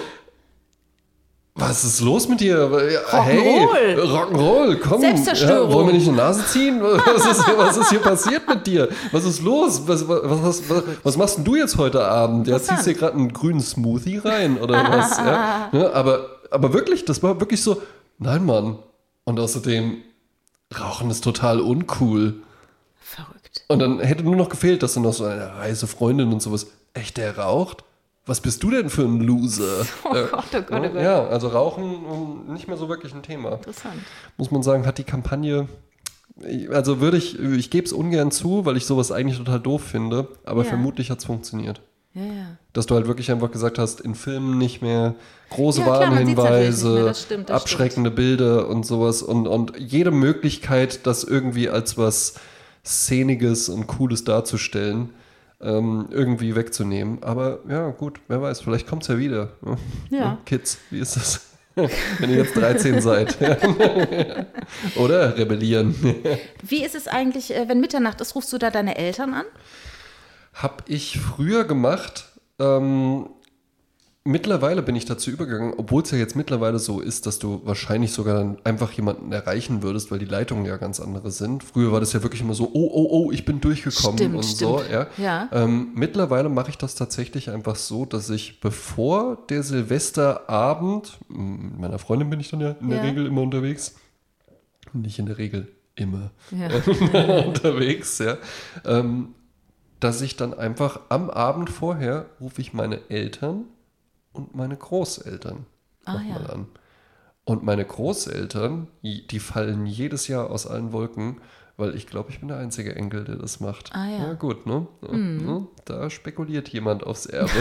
was ist los mit dir? Hey, Rock'n'Roll, komm. Selbstzerstörung. Ja, wollen wir nicht eine Nase ziehen? Was ist hier passiert mit dir? Was ist los? Was machst denn du jetzt heute Abend? Ja, ziehst dir gerade einen grünen Smoothie rein oder was? Ja, aber wirklich, das war wirklich so, nein, Mann. Und außerdem, Rauchen ist total uncool. Verrückt. Und dann hätte nur noch gefehlt, dass du noch so eine heiße Freundin und sowas, echt, der raucht? Was bist du denn für ein Loser? Oh Gott, oh Gott, oh Gott. Ja, also Rauchen nicht mehr so wirklich ein Thema. Interessant. Muss man sagen, hat die Kampagne, also ich gebe es ungern zu, weil ich sowas eigentlich total doof finde, aber vermutlich hat es funktioniert. Ja. Dass du halt wirklich einfach gesagt hast, in Filmen nicht mehr große klar, Warnhinweise, das stimmt, abschreckende Bilder und sowas und jede Möglichkeit, das irgendwie als was Szeniges und Cooles darzustellen. irgendwie wegzunehmen. Aber ja, gut, wer weiß, vielleicht kommt es ja wieder. Ja. Kids, wie ist das? Wenn ihr jetzt 13 seid. Oder rebellieren. Wie ist es eigentlich, wenn Mitternacht ist, rufst du da deine Eltern an? Hab ich früher gemacht. Mittlerweile bin ich dazu übergegangen, obwohl es ja jetzt mittlerweile so ist, dass du wahrscheinlich sogar dann einfach jemanden erreichen würdest, weil die Leitungen ja ganz andere sind. Früher war das ja wirklich immer so, oh, ich bin durchgekommen und so. Ja. Mittlerweile mache ich das tatsächlich einfach so, dass ich bevor der Silvesterabend, mit meiner Freundin bin ich dann ja in der Regel immer unterwegs, nicht in der Regel, immer unterwegs, ja, dass ich dann einfach am Abend vorher rufe ich meine Eltern und meine Großeltern nochmal an. Und meine Großeltern, die fallen jedes Jahr aus allen Wolken, weil ich glaube, ich bin der einzige Enkel, der das macht. Ja gut, ne? Ja, da spekuliert jemand aufs Erbe.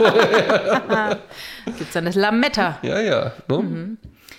Gibt's da eine Lametta? Ja. Ne?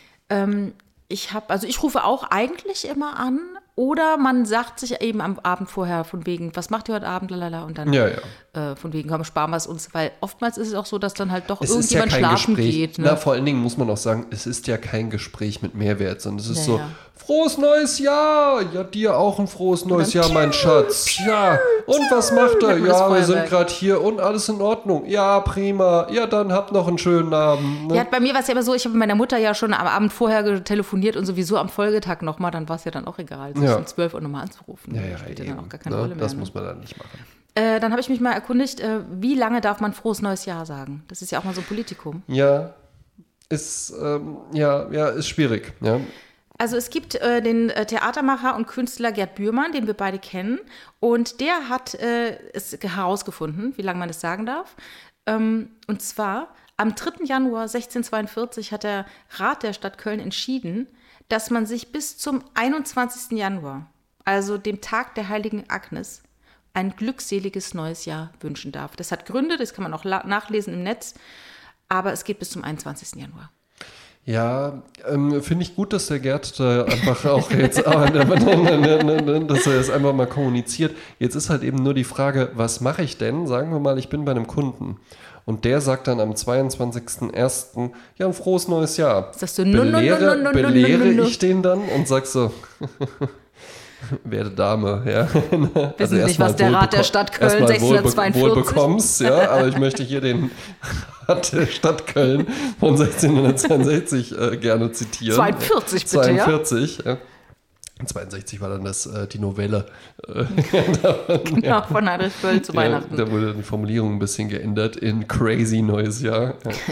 Ich rufe auch eigentlich immer an, oder man sagt sich eben am Abend vorher von wegen, was macht ihr heute Abend, lalala, und dann von wegen, komm, sparen wir es uns, weil oftmals ist es auch so, dass dann halt doch irgendjemand schlafen geht. Ne? Na, vor allen Dingen muss man auch sagen, es ist ja kein Gespräch mit Mehrwert, sondern es ist so, frohes neues Jahr, ja, dir auch ein frohes neues Jahr, mein Schatz. Ja, und was macht er? Ja, wir sind gerade hier und alles in Ordnung. Ja, prima. Ja, dann habt noch einen schönen Abend. Ne? Ja, bei mir war es ja immer so, ich habe mit meiner Mutter ja schon am Abend vorher telefoniert und sowieso am Folgetag nochmal, dann war es ja dann auch egal, sich um 12 Uhr nochmal anzurufen. Ja, spielt eben, dann auch gar keine Rolle mehr. Das muss man dann nicht machen. Dann habe ich mich mal erkundigt, wie lange darf man frohes neues Jahr sagen? Das ist ja auch mal so ein Politikum. Ja, ist schwierig, ja. Also es gibt den Theatermacher und Künstler Gerd Bührmann, den wir beide kennen. Und der hat es herausgefunden, wie lange man es sagen darf. Und zwar am 3. Januar 1642 hat der Rat der Stadt Köln entschieden, dass man sich bis zum 21. Januar, also dem Tag der heiligen Agnes, ein glückseliges neues Jahr wünschen darf. Das hat Gründe, das kann man auch nachlesen im Netz, aber es geht bis zum 21. Januar. Ja, finde ich gut, dass der Gerd da einfach auch jetzt, dass er das einfach mal kommuniziert. Jetzt ist halt eben nur die Frage, was mache ich denn? Sagen wir mal, ich bin bei einem Kunden und der sagt dann am 22.01. ja, ein frohes neues Jahr. Sagst du, belehre ich den dann und sag so, werde Dame, ja. Wissen Sie nicht, was der Rat der Stadt Köln 1642 wohl bekommst, ja, aber ich möchte hier den Rat der Stadt Köln von 1662 gerne zitieren. 42 bitte, 42, ja. 62 war dann die Novelle. Genau, von Heinrich Böll zu Weihnachten. Da wurde die Formulierung ein bisschen geändert in Crazy Neues Jahr.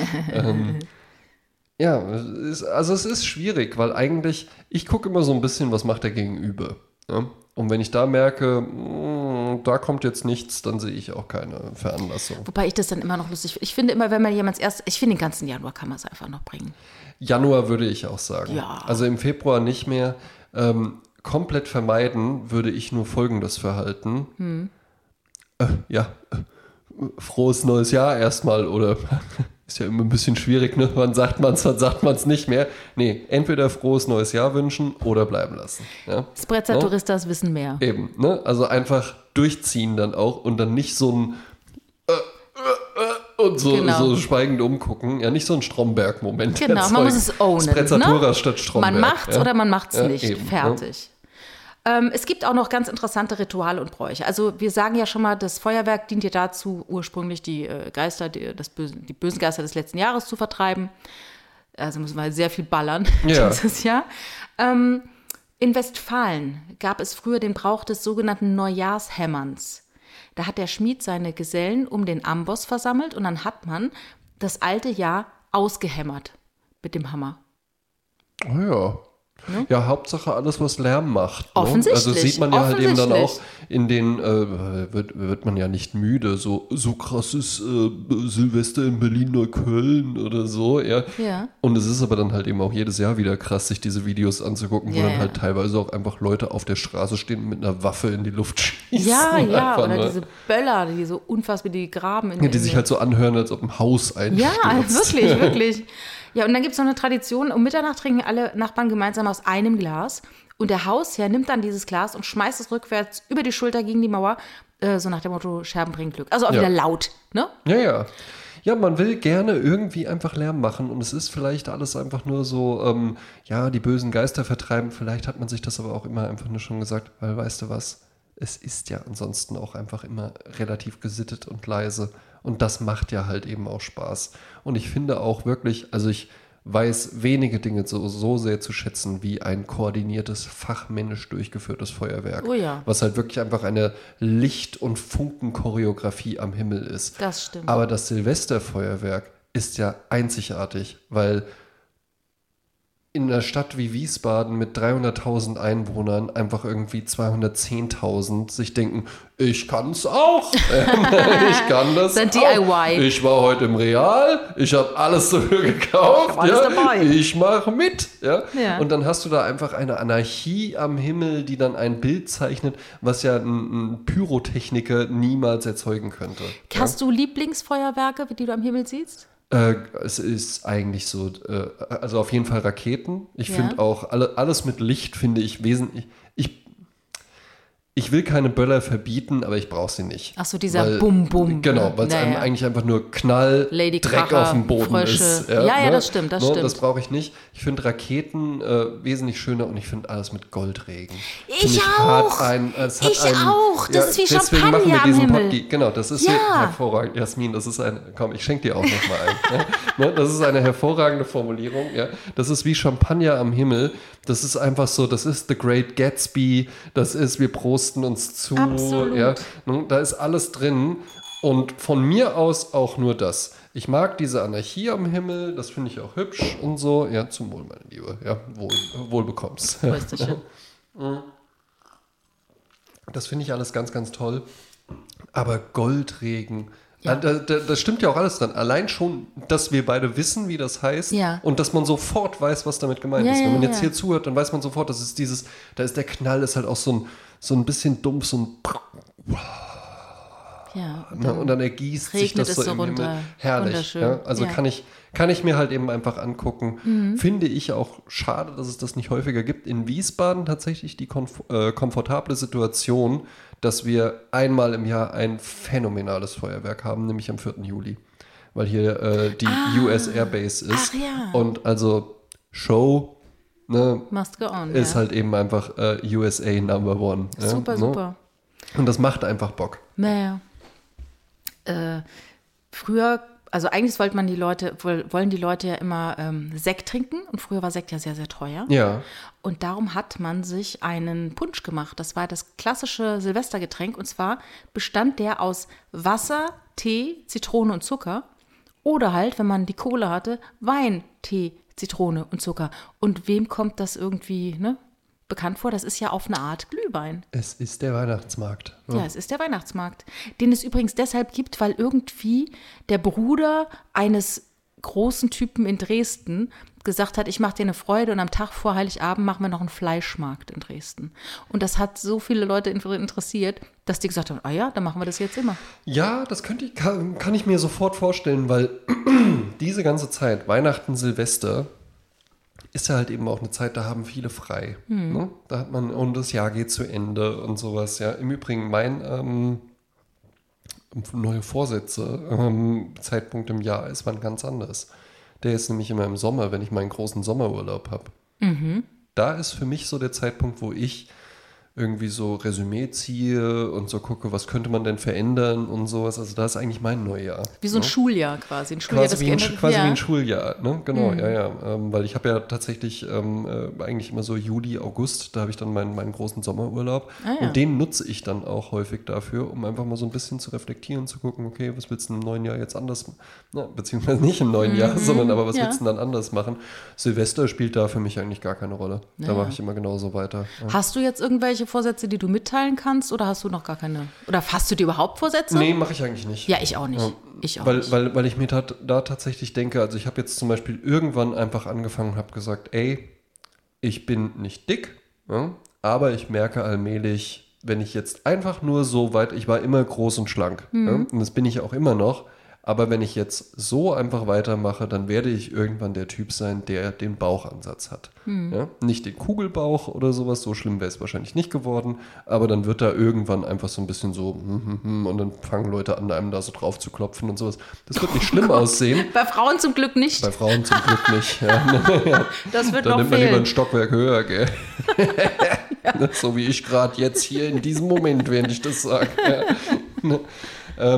Es ist schwierig, weil eigentlich, ich gucke immer so ein bisschen, was macht der Gegenüber. Ja? Und wenn ich da merke, da kommt jetzt nichts, dann sehe ich auch keine Veranlassung. Wobei ich das dann immer noch lustig finde. Ich finde immer, wenn man ich finde, den ganzen Januar kann man es einfach noch bringen. Januar würde ich auch sagen. Ja. Also im Februar nicht mehr. Komplett vermeiden würde ich nur folgendes Verhalten. Frohes neues Jahr erstmal oder ist ja immer ein bisschen schwierig, ne? Wann sagt man es nicht mehr. Nee, entweder frohes neues Jahr wünschen oder bleiben lassen. Ja? Sprezza-Touristas wissen mehr. Eben, ne? Also einfach durchziehen dann auch und dann nicht so ein und so schweigend umgucken. Ja, nicht so ein Stromberg-Moment. Genau, man muss es ownen. Sprezzatura statt Stromberg. Man macht's oder man macht's nicht. Eben, fertig. Es gibt auch noch ganz interessante Rituale und Bräuche. Also wir sagen ja schon mal, das Feuerwerk dient ja dazu, ursprünglich die die bösen Geister des letzten Jahres zu vertreiben. Also muss man sehr viel ballern dieses Jahr. In Westfalen gab es früher den Brauch des sogenannten Neujahrshämmerns. Da hat der Schmied seine Gesellen um den Amboss versammelt und dann hat man das alte Jahr ausgehämmert mit dem Hammer. Oh ja. Ja, Hauptsache alles, was Lärm macht. Ne? Offensichtlich. Also sieht man ja halt eben dann auch in den, wird man ja nicht müde, so krasses Silvester in Berlin-Neukölln oder so. Ja. Und es ist aber dann halt eben auch jedes Jahr wieder krass, sich diese Videos anzugucken, wo dann halt teilweise auch einfach Leute auf der Straße stehen und mit einer Waffe in die Luft schießen. Ja, oder diese Böller, die so unfassbar, die graben. Die sich halt so anhören, als ob ein Haus einstürzt. Ja, wirklich. Ja, und dann gibt es noch eine Tradition, um Mitternacht trinken alle Nachbarn gemeinsam aus einem Glas. Und der Hausherr nimmt dann dieses Glas und schmeißt es rückwärts über die Schulter gegen die Mauer, so nach dem Motto, Scherben bringen Glück. Also auch wieder laut, ne? Ja, ja. Ja, man will gerne irgendwie einfach Lärm machen und es ist vielleicht alles einfach nur so, die bösen Geister vertreiben. Vielleicht hat man sich das aber auch immer einfach nur schon gesagt, weil weißt du was, es ist ja ansonsten auch einfach immer relativ gesittet und leise und das macht ja halt eben auch Spaß. Und ich finde auch wirklich, also ich weiß wenige Dinge so sehr zu schätzen wie ein koordiniertes, fachmännisch durchgeführtes Feuerwerk. Oh ja. Was halt wirklich einfach eine Licht- und Funkenchoreografie am Himmel ist. Das stimmt. Aber das Silvesterfeuerwerk ist ja einzigartig, weil in einer Stadt wie Wiesbaden mit 300.000 Einwohnern einfach irgendwie 210.000 sich denken, ich kann's auch. Ich kann das Dann auch. DIY. Ich war heute im Real, ich habe alles dafür gekauft. Alles dabei. Ich mache mit. Ja? Ja. Und dann hast du da einfach eine Anarchie am Himmel, die dann ein Bild zeichnet, was ja ein Pyrotechniker niemals erzeugen könnte. Hast du Lieblingsfeuerwerke, die du am Himmel siehst? Es ist eigentlich so, also auf jeden Fall Raketen. Ich Ja. finde auch alles mit Licht finde ich wesentlich. Ich will keine Böller verbieten, aber ich brauche sie nicht. Ach so, dieser Bum-Bum. Genau, weil es Naja. eigentlich einfach nur Knall, Lady Dreck Kracher, auf dem Boden Frösche. ist. Ja, das stimmt, das stimmt. Das brauche ich nicht. Ich finde Raketen wesentlich schöner und ich finde alles mit Goldregen. Ich Find auch. Es hat Ich auch. Das ist wie deswegen Champagner machen wir am diesen Himmel. Podcast. Genau, das ist Ja. hervorragend. Jasmin, das ist komm, ich schenke dir auch noch mal ein. Ne? Das ist eine hervorragende Formulierung. Ja? Das ist wie Champagner am Himmel. Das ist einfach so, das ist The Great Gatsby. Das ist, wir prosten uns zu. Absolut. Ja? Da ist alles drin. Und von mir aus auch nur das. Ich mag diese Anarchie am Himmel, das finde ich auch hübsch und so. Ja, zum Wohl, meine Liebe. Ja, wohl bekommst. Prösterchen. Das finde ich alles ganz, ganz toll. Aber Goldregen, Ja. das stimmt ja auch alles dran. Allein schon, dass wir beide wissen, wie das heißt Ja. und dass man sofort weiß, was damit gemeint Ja, ist. Wenn man ja, jetzt ja. hier zuhört, dann weiß man sofort, das ist da ist der Knall, ist halt auch so ein bisschen dumpf, so ein Ja. und dann ergießt sich regnet das so es so im runter. Himmel. Herrlich. Wunderschön. Ja? Also Ja. kann ich mir halt eben einfach angucken. Mhm. Finde ich auch schade, dass es das nicht häufiger gibt. In Wiesbaden tatsächlich die komfortable Situation, dass wir einmal im Jahr ein phänomenales Feuerwerk haben, nämlich am 4. Juli. Weil hier die US Airbase ist. Ach ja. Und also Show, ne, Must go on. ist ja. halt eben einfach USA Number One. Ja, Super, ne? super. Und das macht einfach Bock. Naja. Früher, also eigentlich wollen die Leute ja immer Sekt trinken und früher war Sekt ja sehr, sehr teuer. Ja. Und darum hat man sich einen Punsch gemacht. Das war das klassische Silvestergetränk und zwar bestand der aus Wasser, Tee, Zitrone und Zucker oder halt, wenn man die Kohle hatte, Wein, Tee, Zitrone und Zucker. Und wem kommt das irgendwie bekannt vor? Das ist ja auf eine Art Glühwein. Es ist der Weihnachtsmarkt. Ja, es ist der Weihnachtsmarkt, den es übrigens deshalb gibt, weil irgendwie der Bruder eines großen Typen in Dresden gesagt hat, ich mache dir eine Freude und am Tag vor Heiligabend machen wir noch einen Fleischmarkt in Dresden. Und das hat so viele Leute interessiert, dass die gesagt haben, ah ja, dann machen wir das jetzt immer. Ja, das kann ich mir sofort vorstellen, weil diese ganze Zeit, Weihnachten, Silvester, ist ja halt eben auch eine Zeit, da haben viele frei. Ne? Da hat man, und das Jahr geht zu Ende und sowas. Ja. Im Übrigen, mein neue Vorsätze, Zeitpunkt im Jahr ist wann ganz anders. Der ist nämlich immer im Sommer, wenn ich meinen großen Sommerurlaub habe. Da ist für mich so der Zeitpunkt, wo ich irgendwie so Resümee ziehe und so gucke, was könnte man denn verändern und sowas. Also da ist eigentlich mein Neujahr. Wie so ein ne? Schuljahr quasi. Ein Schuljahr, Quasi wie ein Schuljahr, ne? Genau, ja. Weil ich habe ja tatsächlich eigentlich immer so Juli, August, da habe ich dann meinen großen Sommerurlaub. Ja. Und den nutze ich dann auch häufig dafür, um einfach mal so ein bisschen zu reflektieren, zu gucken, okay, was willst du im neuen Jahr jetzt anders machen? Beziehungsweise nicht im neuen Jahr, sondern aber was willst du dann anders machen? Silvester spielt da für mich eigentlich gar keine Rolle. Da mache ich immer genauso weiter. Ja. Hast du jetzt irgendwelche Vorsätze, die du mitteilen kannst oder hast du noch gar keine? Oder hast du dir überhaupt Vorsätze? Nee, mache ich eigentlich nicht. Ja, ich auch nicht. Ja. Ich auch nicht. Weil ich mir da tatsächlich denke, also ich habe jetzt zum Beispiel irgendwann einfach angefangen und habe gesagt, ey, ich bin nicht dick, ja, aber ich merke allmählich, wenn ich jetzt einfach nur so weit, ich war immer groß und schlank, ja, und das bin ich auch immer noch, Aber wenn ich jetzt so einfach weitermache, dann werde ich irgendwann der Typ sein, der den Bauchansatz hat. Ja? Nicht den Kugelbauch oder sowas, so schlimm wäre es wahrscheinlich nicht geworden, aber dann wird da irgendwann einfach so ein bisschen so und dann fangen Leute an, einem da so drauf zu klopfen und sowas. Das wird nicht schlimm aussehen. Bei Frauen zum Glück nicht. Bei Frauen zum Glück nicht. Ja. Das wird Da noch nimmt man lieber fehlen. ein Stockwerk höher, gell? So wie ich gerade jetzt hier in diesem Moment, während ich das sage. Ja.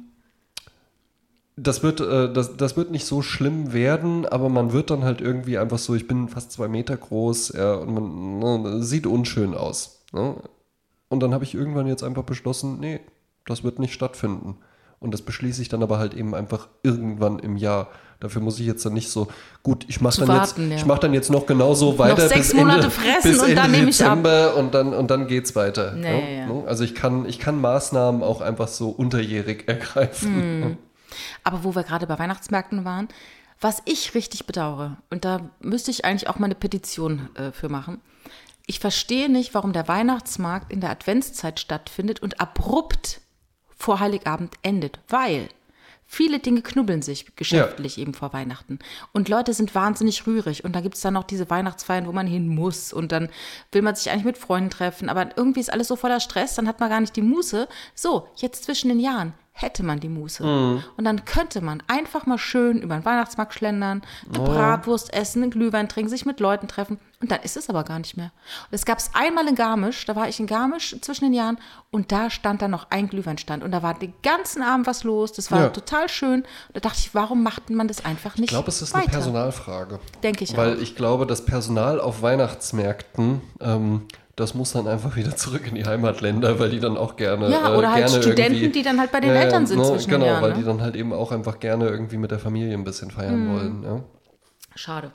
Das wird nicht so schlimm werden, aber man wird dann halt irgendwie einfach so, ich bin fast 2 Meter groß, ja, und man sieht unschön aus. Ne? Und dann habe ich irgendwann jetzt einfach beschlossen, nee, das wird nicht stattfinden. Und das beschließe ich dann aber halt eben einfach irgendwann im Jahr. Dafür muss ich jetzt dann nicht so, gut, ich mache dann jetzt noch genauso weiter. Noch 6 Monate fressen und dann nehme ich ab. Und dann geht's weiter. Nee, ja. Also ich kann Maßnahmen auch einfach so unterjährig ergreifen. Aber wo wir gerade bei Weihnachtsmärkten waren, was ich richtig bedauere, und da müsste ich eigentlich auch mal eine Petition für machen, ich verstehe nicht, warum der Weihnachtsmarkt in der Adventszeit stattfindet und abrupt vor Heiligabend endet, weil viele Dinge knubbeln sich geschäftlich eben vor Weihnachten. Und Leute sind wahnsinnig rührig. Und da gibt es dann noch diese Weihnachtsfeiern, wo man hin muss. Und dann will man sich eigentlich mit Freunden treffen. Aber irgendwie ist alles so voller Stress, dann hat man gar nicht die Muße. So, jetzt zwischen den Jahren hätte man die Muße. Und dann könnte man einfach mal schön über den Weihnachtsmarkt schlendern, eine Bratwurst essen, einen Glühwein trinken, sich mit Leuten treffen. Und dann ist es aber gar nicht mehr. Und es gab es einmal in Garmisch, da war ich in Garmisch zwischen den Jahren und da stand dann noch ein Glühweinstand. Und da war den ganzen Abend was los, das war total schön. Und da dachte ich, warum macht man das einfach nicht Ich glaube, es ist weiter? eine Personalfrage. Denke ich Weil auch. ich glaube, das Personal auf Weihnachtsmärkten, das muss dann einfach wieder zurück in die Heimatländer, weil die dann auch gerne Ja, oder halt gerne Studenten, irgendwie, die dann halt bei den Eltern sind zwischen den Jahren. weil Ne? die dann halt eben auch einfach gerne irgendwie mit der Familie ein bisschen feiern wollen. Ja. Schade.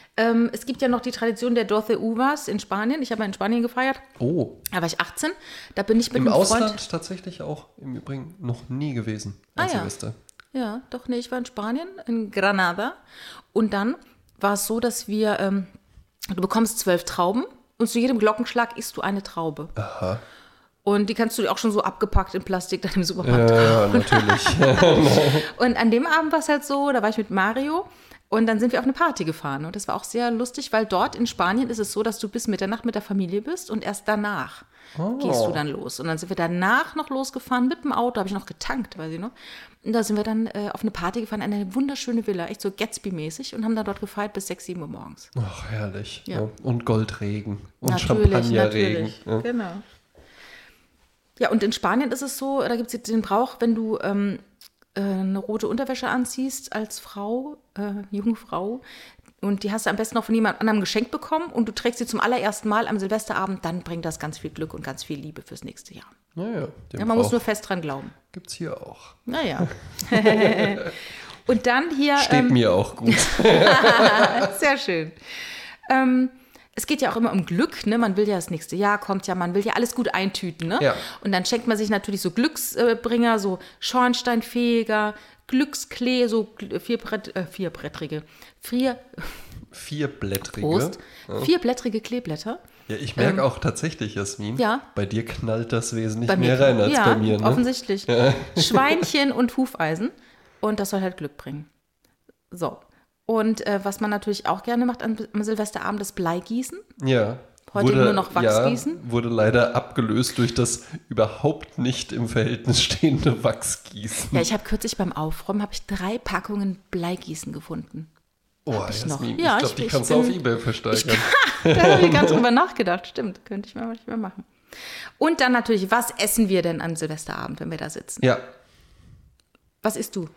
Es gibt ja noch die Tradition der Doce Uvas in Spanien. Ich habe mal in Spanien gefeiert. Oh, Da war ich 18. Da bin ich mit im einem Ausland Freund. tatsächlich auch im Übrigen noch nie gewesen an ja. Silvester. Ja, doch, nee, ich war in Spanien, in Granada. Und dann war es so, dass wir, du bekommst 12 Trauben und zu jedem Glockenschlag isst du eine Traube. Aha. Und die kannst du auch schon so abgepackt in Plastik dann im Supermarkt Ja, natürlich. Und an dem Abend war es halt so, da war ich mit Mario und dann sind wir auf eine Party gefahren. Und das war auch sehr lustig, weil dort in Spanien ist es so, dass du bis Mitternacht mit der Familie bist und erst danach gehst du dann los. Und dann sind wir danach noch losgefahren mit dem Auto, habe ich noch getankt, weiß ich noch. Und da sind wir dann auf eine Party gefahren, eine wunderschöne Villa, echt so Gatsby-mäßig und haben dann dort gefeiert bis 6, 7 Uhr morgens. Ach, herrlich. Ja. Ja. Und Goldregen und Natürlich, Champagnerregen. natürlich. Ja. Genau. Ja, und in Spanien ist es so, da gibt es den Brauch, wenn du eine rote Unterwäsche anziehst als Frau, junge Frau, und die hast du am besten noch von jemand anderem geschenkt bekommen und du trägst sie zum allerersten Mal am Silvesterabend, dann bringt das ganz viel Glück und ganz viel Liebe fürs nächste Jahr. Naja, Ja, man muss nur fest dran glauben. Gibt's hier auch. Naja. Und dann hier... Steht mir auch gut. Sehr schön. Es geht ja auch immer um Glück, ne? Man will ja das nächste Jahr kommt ja, man will ja alles gut eintüten, ne? Ja. Und dann schenkt man sich natürlich so Glücksbringer, so Schornsteinfeger, Glücksklee, so vierblättrige, Vierblättrige. vierblättrige Kleeblätter. Ja, ich merke auch tatsächlich, Jasmin, Ja. bei dir knallt das wesentlich Bei mir, mehr rein als ja, bei mir. Ne? offensichtlich. Schweinchen und Hufeisen und das soll halt Glück bringen. So. Und was man natürlich auch gerne macht am Silvesterabend, ist Bleigießen. Ja. Heute nur noch Wachsgießen? Wurde leider abgelöst durch das überhaupt nicht im Verhältnis stehende Wachsgießen. Ja, ich habe kürzlich beim Aufräumen 3 Packungen Bleigießen gefunden. Oh, ich noch. Jasmin, Ja, ich glaube, die ich kannst du auf Ebay versteigern. Da habe ich ganz drüber nachgedacht. Stimmt, könnte ich mal nicht mehr machen. Und dann natürlich, was essen wir denn am Silvesterabend, wenn wir da sitzen? Ja. Was isst du?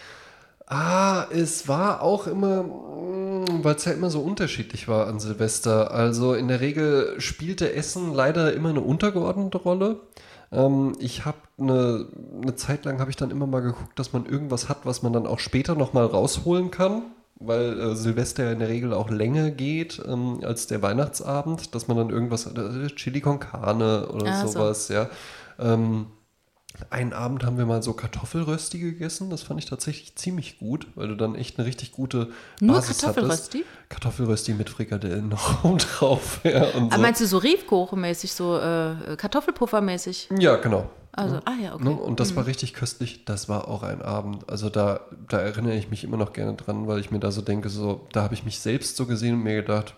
Es war auch immer, weil es ja immer so unterschiedlich war an Silvester. Also in der Regel spielte Essen leider immer eine untergeordnete Rolle. Ich habe eine Zeit lang habe ich dann immer mal geguckt, dass man irgendwas hat, was man dann auch später nochmal rausholen kann. Weil Silvester ja in der Regel auch länger geht als der Weihnachtsabend, dass man dann irgendwas, Chili con Carne oder sowas, ja. Einen Abend haben wir mal so Kartoffelrösti gegessen, das fand ich tatsächlich ziemlich gut, weil du dann echt eine richtig gute Basis Kartoffelrösti? hattest. Kartoffelrösti mit Frikadellen noch drauf. Ja, und Aber so. meinst du so Riefkuchen-mäßig, so Kartoffelpuffer-mäßig? Ja, genau. Also, Ne? okay. Ne? Und das war richtig köstlich. Das war auch ein Abend. Also da erinnere ich mich immer noch gerne dran, weil ich mir da so denke, so, da habe ich mich selbst so gesehen und mir gedacht,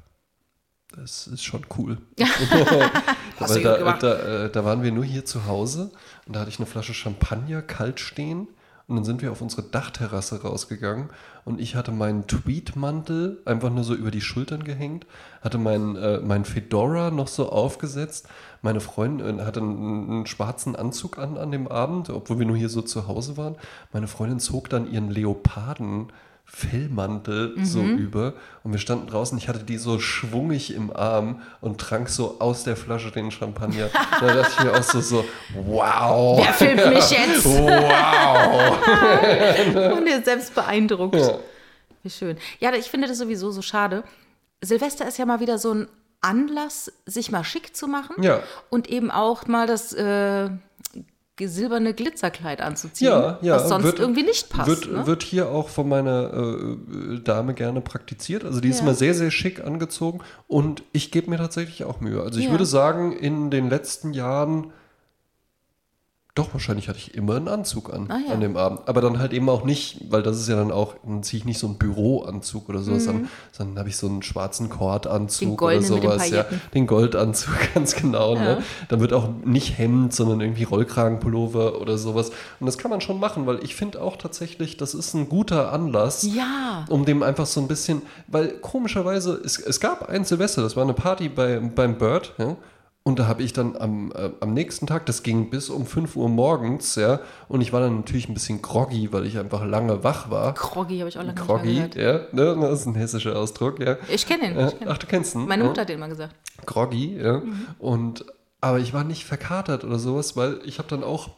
das ist schon cool. Hast du Weil gut gemacht. da waren wir nur hier zu Hause und da hatte ich eine Flasche Champagner kalt stehen und dann sind wir auf unsere Dachterrasse rausgegangen und ich hatte meinen Tweedmantel einfach nur so über die Schultern gehängt, hatte mein Fedora noch so aufgesetzt. Meine Freundin hatte einen schwarzen Anzug an dem Abend, obwohl wir nur hier so zu Hause waren. Meine Freundin zog dann ihren Leoparden-Fellmantel so über und wir standen draußen, ich hatte die so schwungig im Arm und trank so aus der Flasche den Champagner. Da dachte ich mir auch so, wow. Wer filmt mich jetzt? Wow. Und ihr selbst beeindruckt. Ja. Wie schön. Ja, ich finde das sowieso so schade. Silvester ist ja mal wieder so ein Anlass, sich mal schick zu machen. Ja. Und eben auch mal das silberne Glitzerkleid anzuziehen, Ja, was sonst irgendwie nicht passt. Wird hier auch von meiner Dame gerne praktiziert. Also die ist Ja. immer sehr, sehr schick angezogen und ich gebe mir tatsächlich auch Mühe. Also ich Ja. würde sagen, in den letzten Jahren, doch, wahrscheinlich hatte ich immer einen Anzug an dem Abend. Aber dann halt eben auch nicht, weil das ist ja dann auch, dann ziehe ich nicht so einen Büroanzug oder sowas an, sondern habe ich so einen schwarzen Kordanzug Den goldenen oder mit den sowas. Ja, Pailletten. den Goldanzug, ganz genau. Ne? Dann wird auch nicht Hemd, sondern irgendwie Rollkragenpullover oder sowas. Und das kann man schon machen, weil ich finde auch tatsächlich, das ist ein guter Anlass, Ja. um dem einfach so ein bisschen, weil komischerweise, es gab ein Silvester, das war eine Party beim Bird, ja, und da habe ich dann am nächsten Tag, das ging bis um 5 Uhr morgens, ja, und ich war dann natürlich ein bisschen groggy, weil ich einfach lange wach war. Groggy habe ich auch lange Groggy, nicht mehr gehört. ja, ne, das ist ein hessischer Ausdruck, ja. Ich kenne ihn. Ach, du kennst ihn? Meine ja? Mutter hat den mal gesagt. Groggy, ja. Aber ich war nicht verkatert oder sowas, weil ich habe dann auch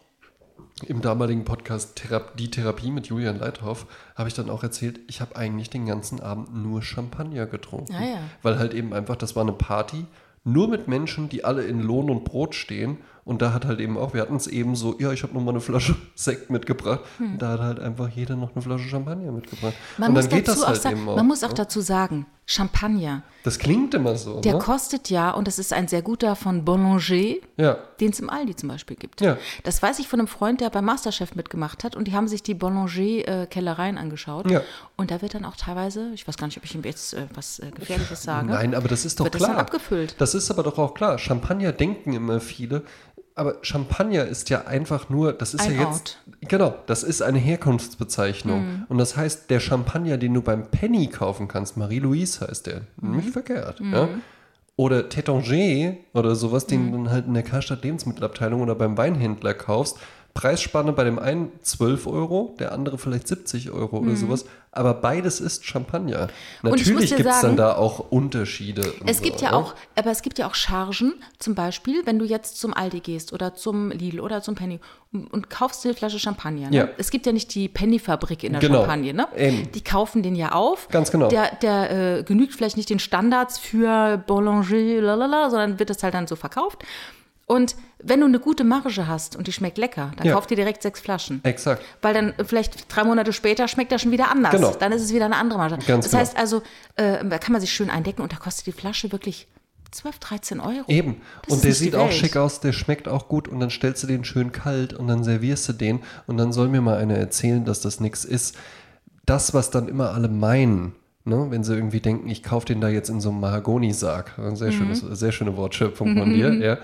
im damaligen Podcast Die Therapie mit Julian Leithoff habe ich dann auch erzählt, ich habe eigentlich den ganzen Abend nur Champagner getrunken. Ah, ja. Weil halt eben einfach, das war eine Party, nur mit Menschen, die alle in Lohn und Brot stehen. Und da hat halt eben auch, wir hatten es eben so, ja, ich habe noch mal eine Flasche Sekt mitgebracht. Und da hat halt einfach jeder noch eine Flasche Champagner mitgebracht. Man und muss dann geht dazu das halt auch eben auch. Man muss auch dazu sagen, Champagner, Das klingt immer so, der ne? kostet ja, und das ist ein sehr guter von Boulanger, Ja. den es im Aldi zum Beispiel gibt. Ja. Das weiß ich von einem Freund, der beim Masterchef mitgemacht hat und die haben sich die Boulanger-Kellereien angeschaut. Ja. Und da wird dann auch teilweise, ich weiß gar nicht, ob ich ihm jetzt was Gefährliches sage. Nein, aber das ist doch Wird das klar. dann abgefüllt? Das ist aber doch auch klar. Champagner denken immer viele. Aber Champagner ist ja einfach nur, das ist Ein ja jetzt, Ort. genau, das ist eine Herkunftsbezeichnung. Und das heißt, der Champagner, den du beim Penny kaufen kannst, Marie-Louise heißt der, nicht verkehrt, ja? Oder Tétanger oder sowas, den du dann halt in der Karstadt Lebensmittelabteilung oder beim Weinhändler kaufst. Preisspanne bei dem einen 12 Euro, der andere vielleicht 70 Euro oder sowas. Aber beides ist Champagner. Und ich muss Natürlich dir gibt es sagen, dann da auch Unterschiede. und Es gibt so, ja ne? auch, aber es gibt ja auch Chargen, zum Beispiel, wenn du jetzt zum Aldi gehst oder zum Lidl oder zum Penny und kaufst dir eine Flasche Champagner. Ne? Ja. Es gibt ja nicht die Penny-Fabrik in der Genau. Champagne. Ne? Eben. Die kaufen den ja auf. Ganz genau. Der genügt vielleicht nicht den Standards für Boulanger, lalala, sondern wird das halt dann so verkauft. Und wenn du eine gute Marge hast und die schmeckt lecker, dann Ja. kauf dir direkt 6 Flaschen. Exakt. Weil dann vielleicht 3 Monate später schmeckt er schon wieder anders. Genau. Dann ist es wieder eine andere Marge. Ganz das genau. heißt also, da kann man sich schön eindecken und da kostet die Flasche wirklich 12, 13 Euro. Eben. Das Und ist der nicht die sieht auch Welt. schick aus, der schmeckt auch gut und dann stellst du den schön kalt und dann servierst du den und dann soll mir mal einer erzählen, dass das nichts ist. Das, was dann immer alle meinen, ne, wenn sie irgendwie denken, ich kaufe den da jetzt in so einem Mahagoni-Sarg, sehr schöne Wortschöpfung von dir, ja.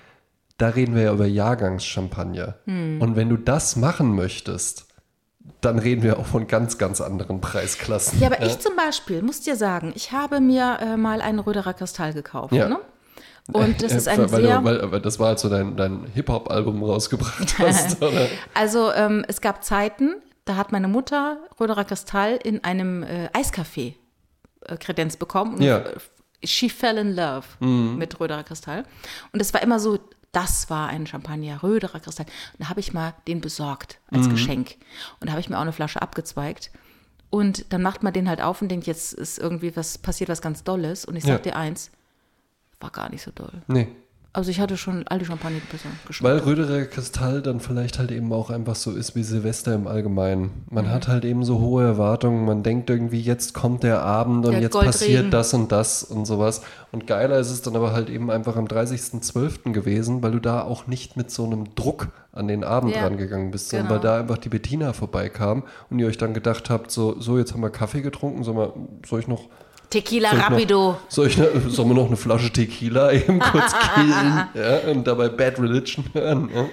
Da reden wir ja über Jahrgangschampagner. Und wenn du das machen möchtest, dann reden wir auch von ganz, ganz anderen Preisklassen. Ja, aber ich zum Beispiel muss dir sagen, ich habe mir mal einen Röderer Kristall gekauft. Ja. Ne? Und das ist ein weil das war, als du dein Hip-Hop-Album rausgebracht hast, oder? Also es gab Zeiten, da hat meine Mutter Röderer Kristall in einem Eiscafé Kredenz bekommen. Und Ja. She fell in love mit Röderer Kristall. Und es war immer so, das war ein Champagner, Röderer Kristall. Und da habe ich mal den besorgt als Geschenk. Und da habe ich mir auch eine Flasche abgezweigt. Und dann macht man den halt auf und denkt, jetzt ist irgendwie passiert was ganz Dolles. Und ich sag dir eins, war gar nicht so doll. Nee. Also ich hatte schon alte Champagner, die besser geschmeckt. Weil Röderer Kristall dann vielleicht halt eben auch einfach so ist wie Silvester im Allgemeinen. Man hat halt eben so hohe Erwartungen, man denkt irgendwie, jetzt kommt der Abend und jetzt passiert das und sowas. Und geiler ist es dann aber halt eben einfach am 30.12. gewesen, weil du da auch nicht mit so einem Druck an den Abend rangegangen bist, sondern weil da einfach die Bettina vorbeikam und ihr euch dann gedacht habt, so jetzt haben wir Kaffee getrunken, soll ich noch... Tequila Rapido. Sollen wir noch eine Flasche Tequila eben kurz killen und dabei Bad Religion hören? Ja,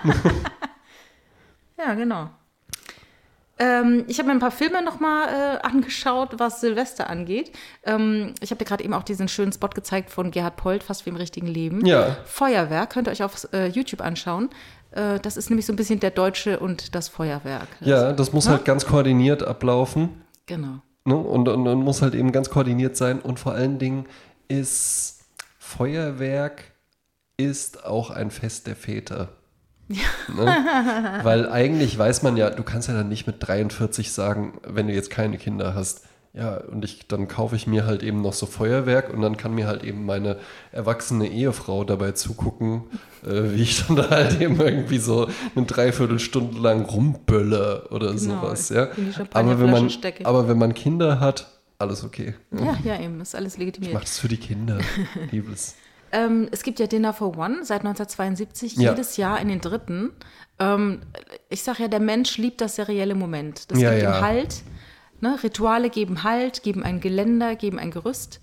ja genau. Ich habe mir ein paar Filme nochmal angeschaut, was Silvester angeht. Ich habe dir gerade eben auch diesen schönen Spot gezeigt von Gerhard Polt, fast wie im richtigen Leben. Ja. Feuerwerk, könnt ihr euch auf YouTube anschauen. Das ist nämlich so ein bisschen der Deutsche und das Feuerwerk. Ja, das muss halt ganz koordiniert ablaufen. Genau. Ne? Und muss halt eben ganz koordiniert sein. Und vor allen Dingen ist Feuerwerk ist auch ein Fest der Väter. Ja. Ne? Weil eigentlich weiß man ja, du kannst ja dann nicht mit 43 sagen, wenn du jetzt keine Kinder hast, ja, und dann kaufe ich mir halt eben noch so Feuerwerk und dann kann mir halt eben meine erwachsene Ehefrau dabei zugucken, wie ich dann da halt eben irgendwie so eine Dreiviertelstunde lang rumbölle oder sowas. Ja. Aber wenn man Kinder hat, alles okay. Ja, eben, ist alles legitimiert. Ich mach das für die Kinder, Liebes. Es gibt ja Dinner for One seit 1972, jedes Jahr in den 3. Ich sage ja, der Mensch liebt das serielle Moment. Das gibt ihm Halt. Ne? Rituale geben Halt, geben ein Geländer, geben ein Gerüst.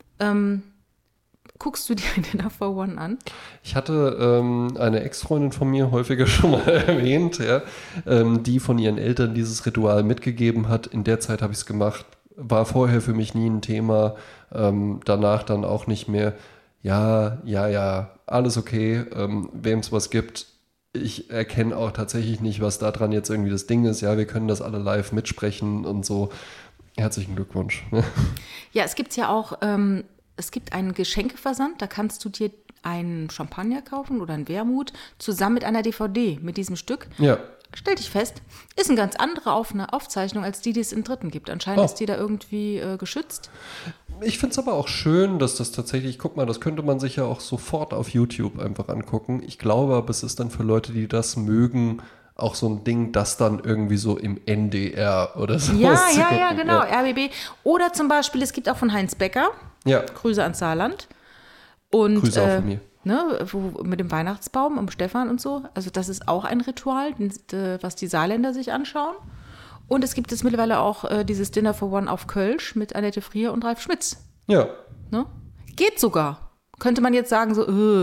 Guckst du dir Dinner for One an? Ich hatte eine Ex-Freundin von mir häufiger schon mal erwähnt, die von ihren Eltern dieses Ritual mitgegeben hat. In der Zeit habe ich es gemacht. War vorher für mich nie ein Thema. Danach dann auch nicht mehr. Ja, alles okay. Wem es was gibt. Ich erkenne auch tatsächlich nicht, was da dran jetzt irgendwie das Ding ist. Ja, wir können das alle live mitsprechen und so. Herzlichen Glückwunsch. Ja, es gibt ja auch, es gibt einen Geschenkeversand, da kannst du dir einen Champagner kaufen oder einen Wermut zusammen mit einer DVD, mit diesem Stück. Ja. Stell dich fest, ist eine ganz andere Aufzeichnung, als die es im 3. gibt. Anscheinend ist die da irgendwie geschützt. Ich finde es aber auch schön, dass das tatsächlich, guck mal, das könnte man sich ja auch sofort auf YouTube einfach angucken. Ich glaube aber, es ist dann für Leute, die das mögen, auch so ein Ding, das dann irgendwie so im NDR oder so. Ja, genau, RBB. Oder zum Beispiel, es gibt auch von Heinz Becker, Grüße ans Saarland. Und, Grüße auch von mir. Ne, mit dem Weihnachtsbaum um Stefan und so. Also das ist auch ein Ritual, was die Saarländer sich anschauen. Und es gibt jetzt mittlerweile auch dieses Dinner for One auf Kölsch mit Annette Frier und Ralf Schmitz. Ja. Ne? Geht sogar. Könnte man jetzt sagen so,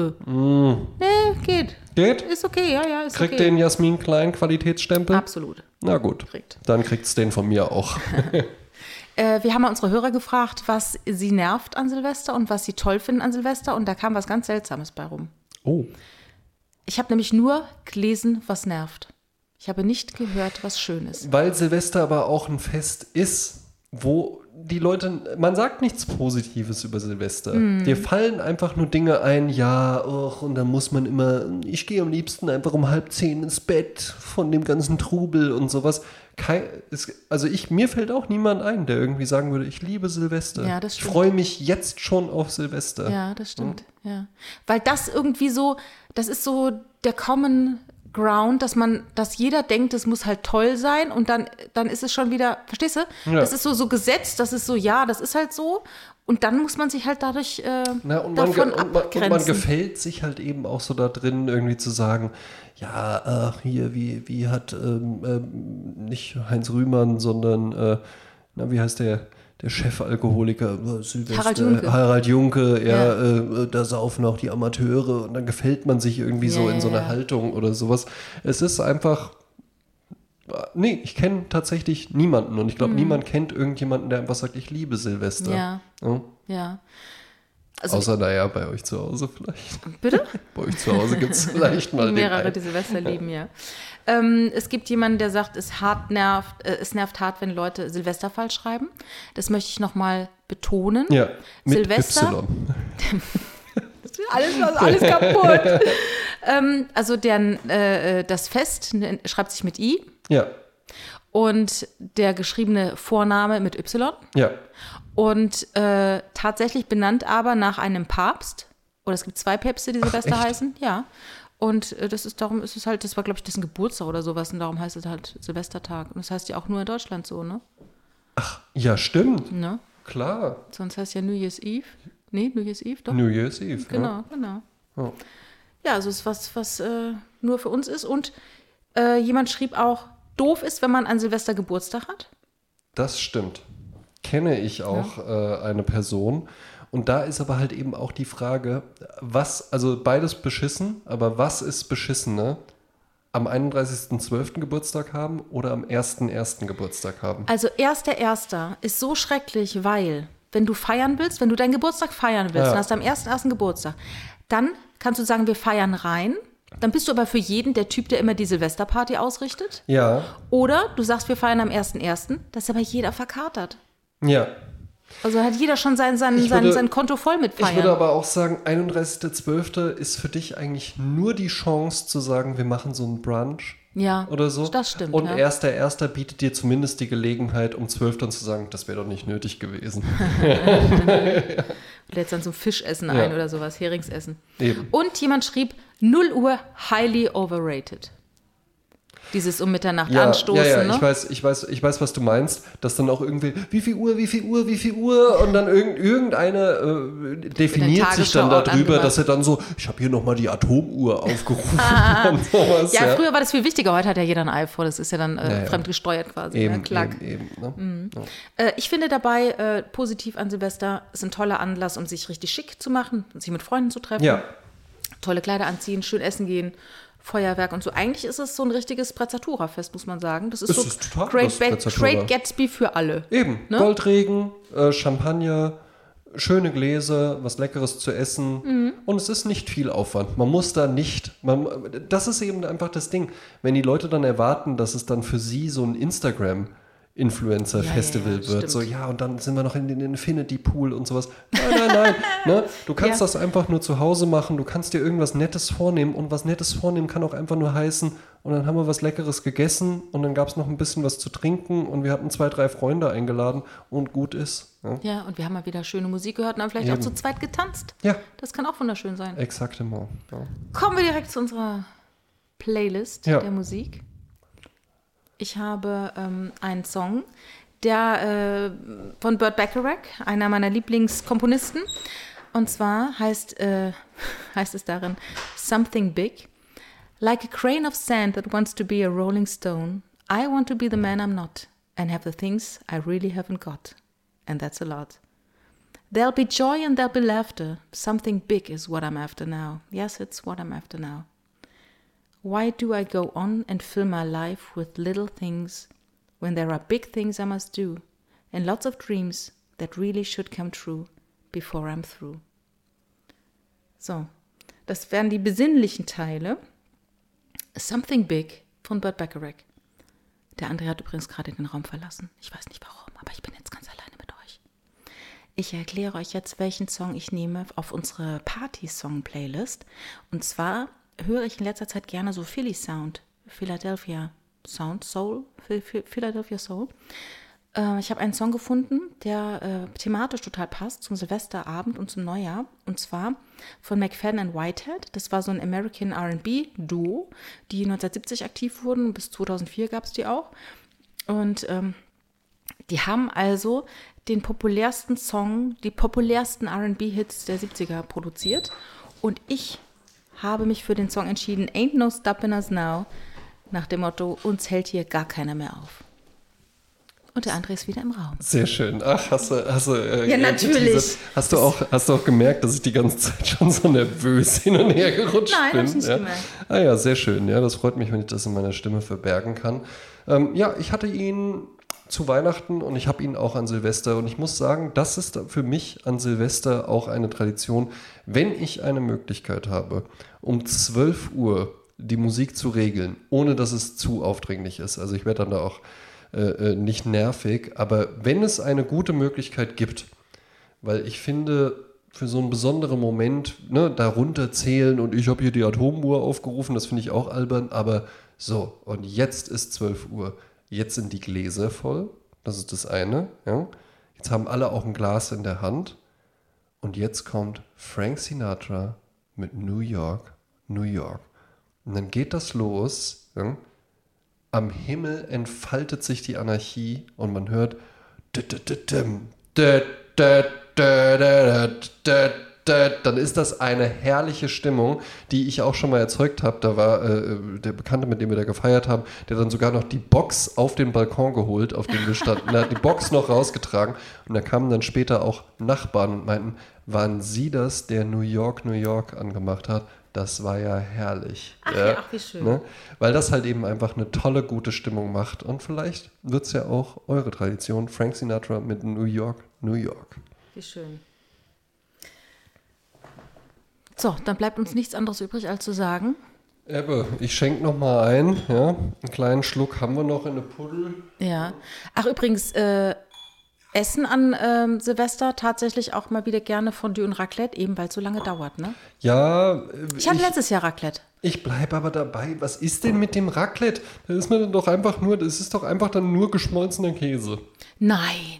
nee, geht. Geht? Ist okay, ja, ist Kriegt okay. den Jasmin Klein Qualitätsstempel? Absolut. Na gut, dann kriegt es den von mir auch. Wir haben mal unsere Hörer gefragt, was sie nervt an Silvester und was sie toll finden an Silvester. Und da kam was ganz Seltsames bei rum. Oh. Ich habe nämlich nur gelesen, was nervt. Ich habe nicht gehört, was schön ist. Weil Silvester aber auch ein Fest ist, wo die Leute, man sagt nichts Positives über Silvester. Dir fallen einfach nur Dinge ein, und dann muss man immer, ich gehe am liebsten einfach um 9:30 ins Bett von dem ganzen Trubel und sowas. Mir fällt auch niemand ein, der irgendwie sagen würde, ich liebe Silvester. Ja, das ich stimmt. freue mich jetzt schon auf Silvester. Ja, das stimmt. Ja. Weil das irgendwie so, das ist so der Common Ground, dass jeder denkt, es muss halt toll sein und dann ist es schon wieder, verstehst du? Ja. Das ist so gesetzt, das ist so, das ist halt so und dann muss man sich halt dadurch davon abgrenzen. Und man gefällt sich halt eben auch so da drin, irgendwie zu sagen, hier, wie hat nicht Heinz Rühmann, sondern, wie heißt der Chefalkoholiker, Silvester, Harald Junke, da saufen auch die Amateure und dann gefällt man sich irgendwie so in so einer Haltung oder sowas. Es ist einfach, ich kenne tatsächlich niemanden und ich glaube, niemand kennt irgendjemanden, der einfach sagt, ich liebe Silvester. Ja. Also, außer, bei euch zu Hause vielleicht. Bitte? Bei euch zu Hause gibt es vielleicht mal mehrere, die Silvester lieben, ja. Es gibt jemanden, der sagt, es nervt hart, wenn Leute Silvester falsch schreiben. Das möchte ich nochmal betonen. Ja, mit Silvester. Y. alles kaputt. Also das Fest schreibt sich mit I. Ja. Und der geschriebene Vorname mit Y. Ja. Und tatsächlich benannt aber nach einem Papst, Oder es gibt 2 Päpste, die Silvester echt? heißen. Ja. Und das war, glaube ich, dessen Geburtstag oder sowas. Und darum heißt es halt Silvestertag. Und das heißt ja auch nur in Deutschland so, ne? Ja, stimmt. Ne? Klar. Sonst heißt ja New Year's Eve. Nee, New Year's Eve, doch? New Year's Eve. Genau. Ja. Ja, also es ist was nur für uns ist. Und jemand schrieb auch, doof ist, wenn man an Silvester Geburtstag hat. Das stimmt. Kenne ich auch eine Person. Und da ist aber halt eben auch die Frage, also beides beschissen, aber was ist beschissener? Am 31.12. Geburtstag haben oder am 1.1. Geburtstag haben? Also 1.1. ist so schrecklich, weil, wenn du feiern willst, wenn du deinen Geburtstag feiern willst und hast am 1.1. Geburtstag, dann kannst du sagen, wir feiern rein. Dann bist du aber für jeden der Typ, der immer die Silvesterparty ausrichtet. Ja. Oder du sagst, wir feiern am 1.1., das ist aber jeder verkatert. Ja. Also hat jeder schon sein Konto voll mit Feiern. Ich würde aber auch sagen, 31.12. ist für dich eigentlich nur die Chance zu sagen, wir machen so einen Brunch oder so. Das stimmt. Und ja. 1.1. bietet dir zumindest die Gelegenheit, um 12 dann zu sagen, das wäre doch nicht nötig gewesen. Du lädst dann so Fischessen ein oder sowas, Heringsessen. Eben. Und jemand schrieb, 0 Uhr highly overrated. Dieses um Mitternacht anstoßen, ja, ne? ich weiß, was du meinst, dass dann auch irgendwie, wie viel Uhr und dann irgendeine definiert sich dann darüber, dass er dann so, ich habe hier nochmal die Atomuhr aufgerufen und sowas. Ja, früher war das viel wichtiger, heute hat ja jeder ein iPhone, das ist ja dann fremdgesteuert quasi. Eben, Klack. eben, ne? Ich finde dabei, positiv an Silvester, ist ein toller Anlass, um sich richtig schick zu machen, sich mit Freunden zu treffen, tolle Kleider anziehen, schön essen gehen, Feuerwerk und so. Eigentlich ist es so ein richtiges Prezzatura-Fest, muss man sagen. Das ist ist total Great Gatsby für alle. Eben, ne? Goldregen, Champagner, schöne Gläser, was Leckeres zu essen und es ist nicht viel Aufwand. Man muss da nicht, das ist eben einfach das Ding. Wenn die Leute dann erwarten, dass es dann für sie so ein Influencer-Festival wird, stimmt. so und dann sind wir noch in den Infinity-Pool und sowas. Nein. Ne? Du kannst das einfach nur zu Hause machen, du kannst dir irgendwas Nettes vornehmen und was Nettes vornehmen kann auch einfach nur heißen und dann haben wir was Leckeres gegessen und dann gab es noch ein bisschen was zu trinken und wir hatten 2, 3 Freunde eingeladen und gut ist. Ja, und wir haben mal wieder schöne Musik gehört und haben vielleicht auch zu zweit getanzt. Ja. Das kann auch wunderschön sein. Exaktement. Ja. Kommen wir direkt zu unserer Playlist der Musik. Ich habe einen Song, der von Burt Bacharach, einer meiner Lieblingskomponisten. Und zwar heißt es darin, Something Big. Like a grain of sand that wants to be a rolling stone, I want to be the man I'm not and have the things I really haven't got. And that's a lot. There'll be joy and there'll be laughter. Something big is what I'm after now. Yes, it's what I'm after now. Why do I go on and fill my life with little things when there are big things I must do and lots of dreams that really should come true before I'm through? So, das wären die besinnlichen Teile. Something Big von Burt Bacharach. Der André hat übrigens gerade den Raum verlassen. Ich weiß nicht warum, aber ich bin jetzt ganz alleine mit euch. Ich erkläre euch jetzt, welchen Song ich nehme auf unsere Party-Song-Playlist. Und zwar höre ich in letzter Zeit gerne so Philadelphia Soul. Ich habe einen Song gefunden, der thematisch total passt zum Silvesterabend und zum Neujahr. Und zwar von McFadden and Whitehead. Das war so ein American R&B-Duo, die 1970 aktiv wurden. Bis 2004 gab es die auch. Und die haben also den populärsten Song, die populärsten R&B-Hits der 70er produziert. Und ich habe mich für den Song entschieden, Ain't No Stoppin' Us Now, nach dem Motto, uns hält hier gar keiner mehr auf. Und der André ist wieder im Raum. Sehr schön. Ach, hast du ja, natürlich. Hast du auch gemerkt, dass ich die ganze Zeit schon so nervös hin und her gerutscht bin? Nein, habe ich nicht gemerkt. Ah ja, sehr schön. Ja, das freut mich, wenn ich das in meiner Stimme verbergen kann. Ich hatte ihn zu Weihnachten und ich habe ihn auch an Silvester. Und ich muss sagen, das ist für mich an Silvester auch eine Tradition, wenn ich eine Möglichkeit habe, um 12 Uhr die Musik zu regeln, ohne dass es zu aufdringlich ist. Also ich werde dann da auch nicht nervig, aber wenn es eine gute Möglichkeit gibt, weil ich finde, für so einen besonderen Moment, da runterzählen und ich habe hier die Atomuhr aufgerufen, das finde ich auch albern, aber so, und jetzt ist 12 Uhr, jetzt sind die Gläser voll, das ist das eine, ja. Jetzt haben alle auch ein Glas in der Hand Und jetzt kommt Frank Sinatra mit New York, New York. Und dann geht das los. Ja? Am Himmel entfaltet sich die Anarchie und man hört dann ist das eine herrliche Stimmung, die ich auch schon mal erzeugt habe. Da war der Bekannte, mit dem wir da gefeiert haben, der dann sogar noch die Box auf den Balkon geholt, auf dem wir standen. Er hat die Box noch rausgetragen und da kamen dann später auch Nachbarn und meinten, waren Sie das, der New York, New York angemacht hat? Das war ja herrlich. Ach ja, ach wie schön. Ne? Weil das halt eben einfach eine tolle, gute Stimmung macht. Und vielleicht wird es ja auch eure Tradition. Frank Sinatra mit New York, New York. Wie schön. So, dann bleibt uns nichts anderes übrig, als zu sagen. Ebbe, ich schenke noch mal ein. Ja? Einen kleinen Schluck haben wir noch in der Puddel. Ja. Ach, übrigens, Essen an Silvester tatsächlich auch mal wieder gerne Fondue und Raclette, eben weil es so lange dauert, ne? Ja. Ich hatte letztes Jahr Raclette. Ich bleibe aber dabei. Was ist denn mit dem Raclette? Das ist dann doch einfach nur, das ist doch einfach dann nur geschmolzener Käse. Nein.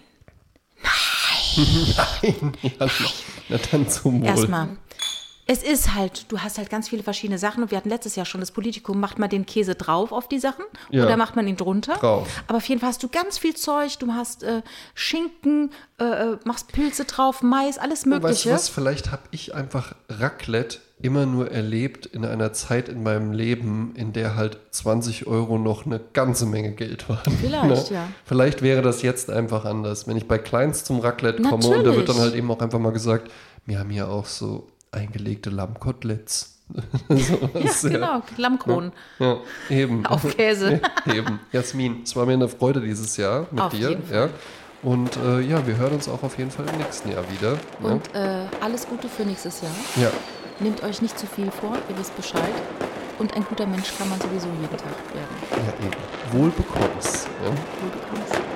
Nein. Ja, na dann zum Wohl. Erstmal. Es ist halt, du hast halt ganz viele verschiedene Sachen und wir hatten letztes Jahr schon das Politikum, macht man den Käse drauf auf die Sachen oder macht man ihn drunter? Drauf. Aber auf jeden Fall hast du ganz viel Zeug, du hast Schinken, machst Pilze drauf, Mais, alles Mögliche. Weißt du was, vielleicht habe ich einfach Raclette immer nur erlebt in einer Zeit in meinem Leben, in der halt 20 € noch eine ganze Menge Geld waren. Vielleicht, ja. Vielleicht wäre das jetzt einfach anders. Wenn ich bei Kleins zum Raclette komme und da wird dann halt eben auch einfach mal gesagt, wir haben hier auch so eingelegte Lammkoteletts. So, ja, genau, Lammkronen. Ja, eben. Auf Käse. Eben. Jasmin, es war mir eine Freude dieses Jahr mit auf dir. Jeden Fall. Ja. Und ja, wir hören uns auch auf jeden Fall im nächsten Jahr wieder. Und alles Gute für nächstes Jahr. Ja. Nehmt euch nicht zu viel vor, ihr wisst Bescheid. Und ein guter Mensch kann man sowieso jeden Tag werden. Ja, eben. Wohl bekomm's. Ja. Wohl bekomm's.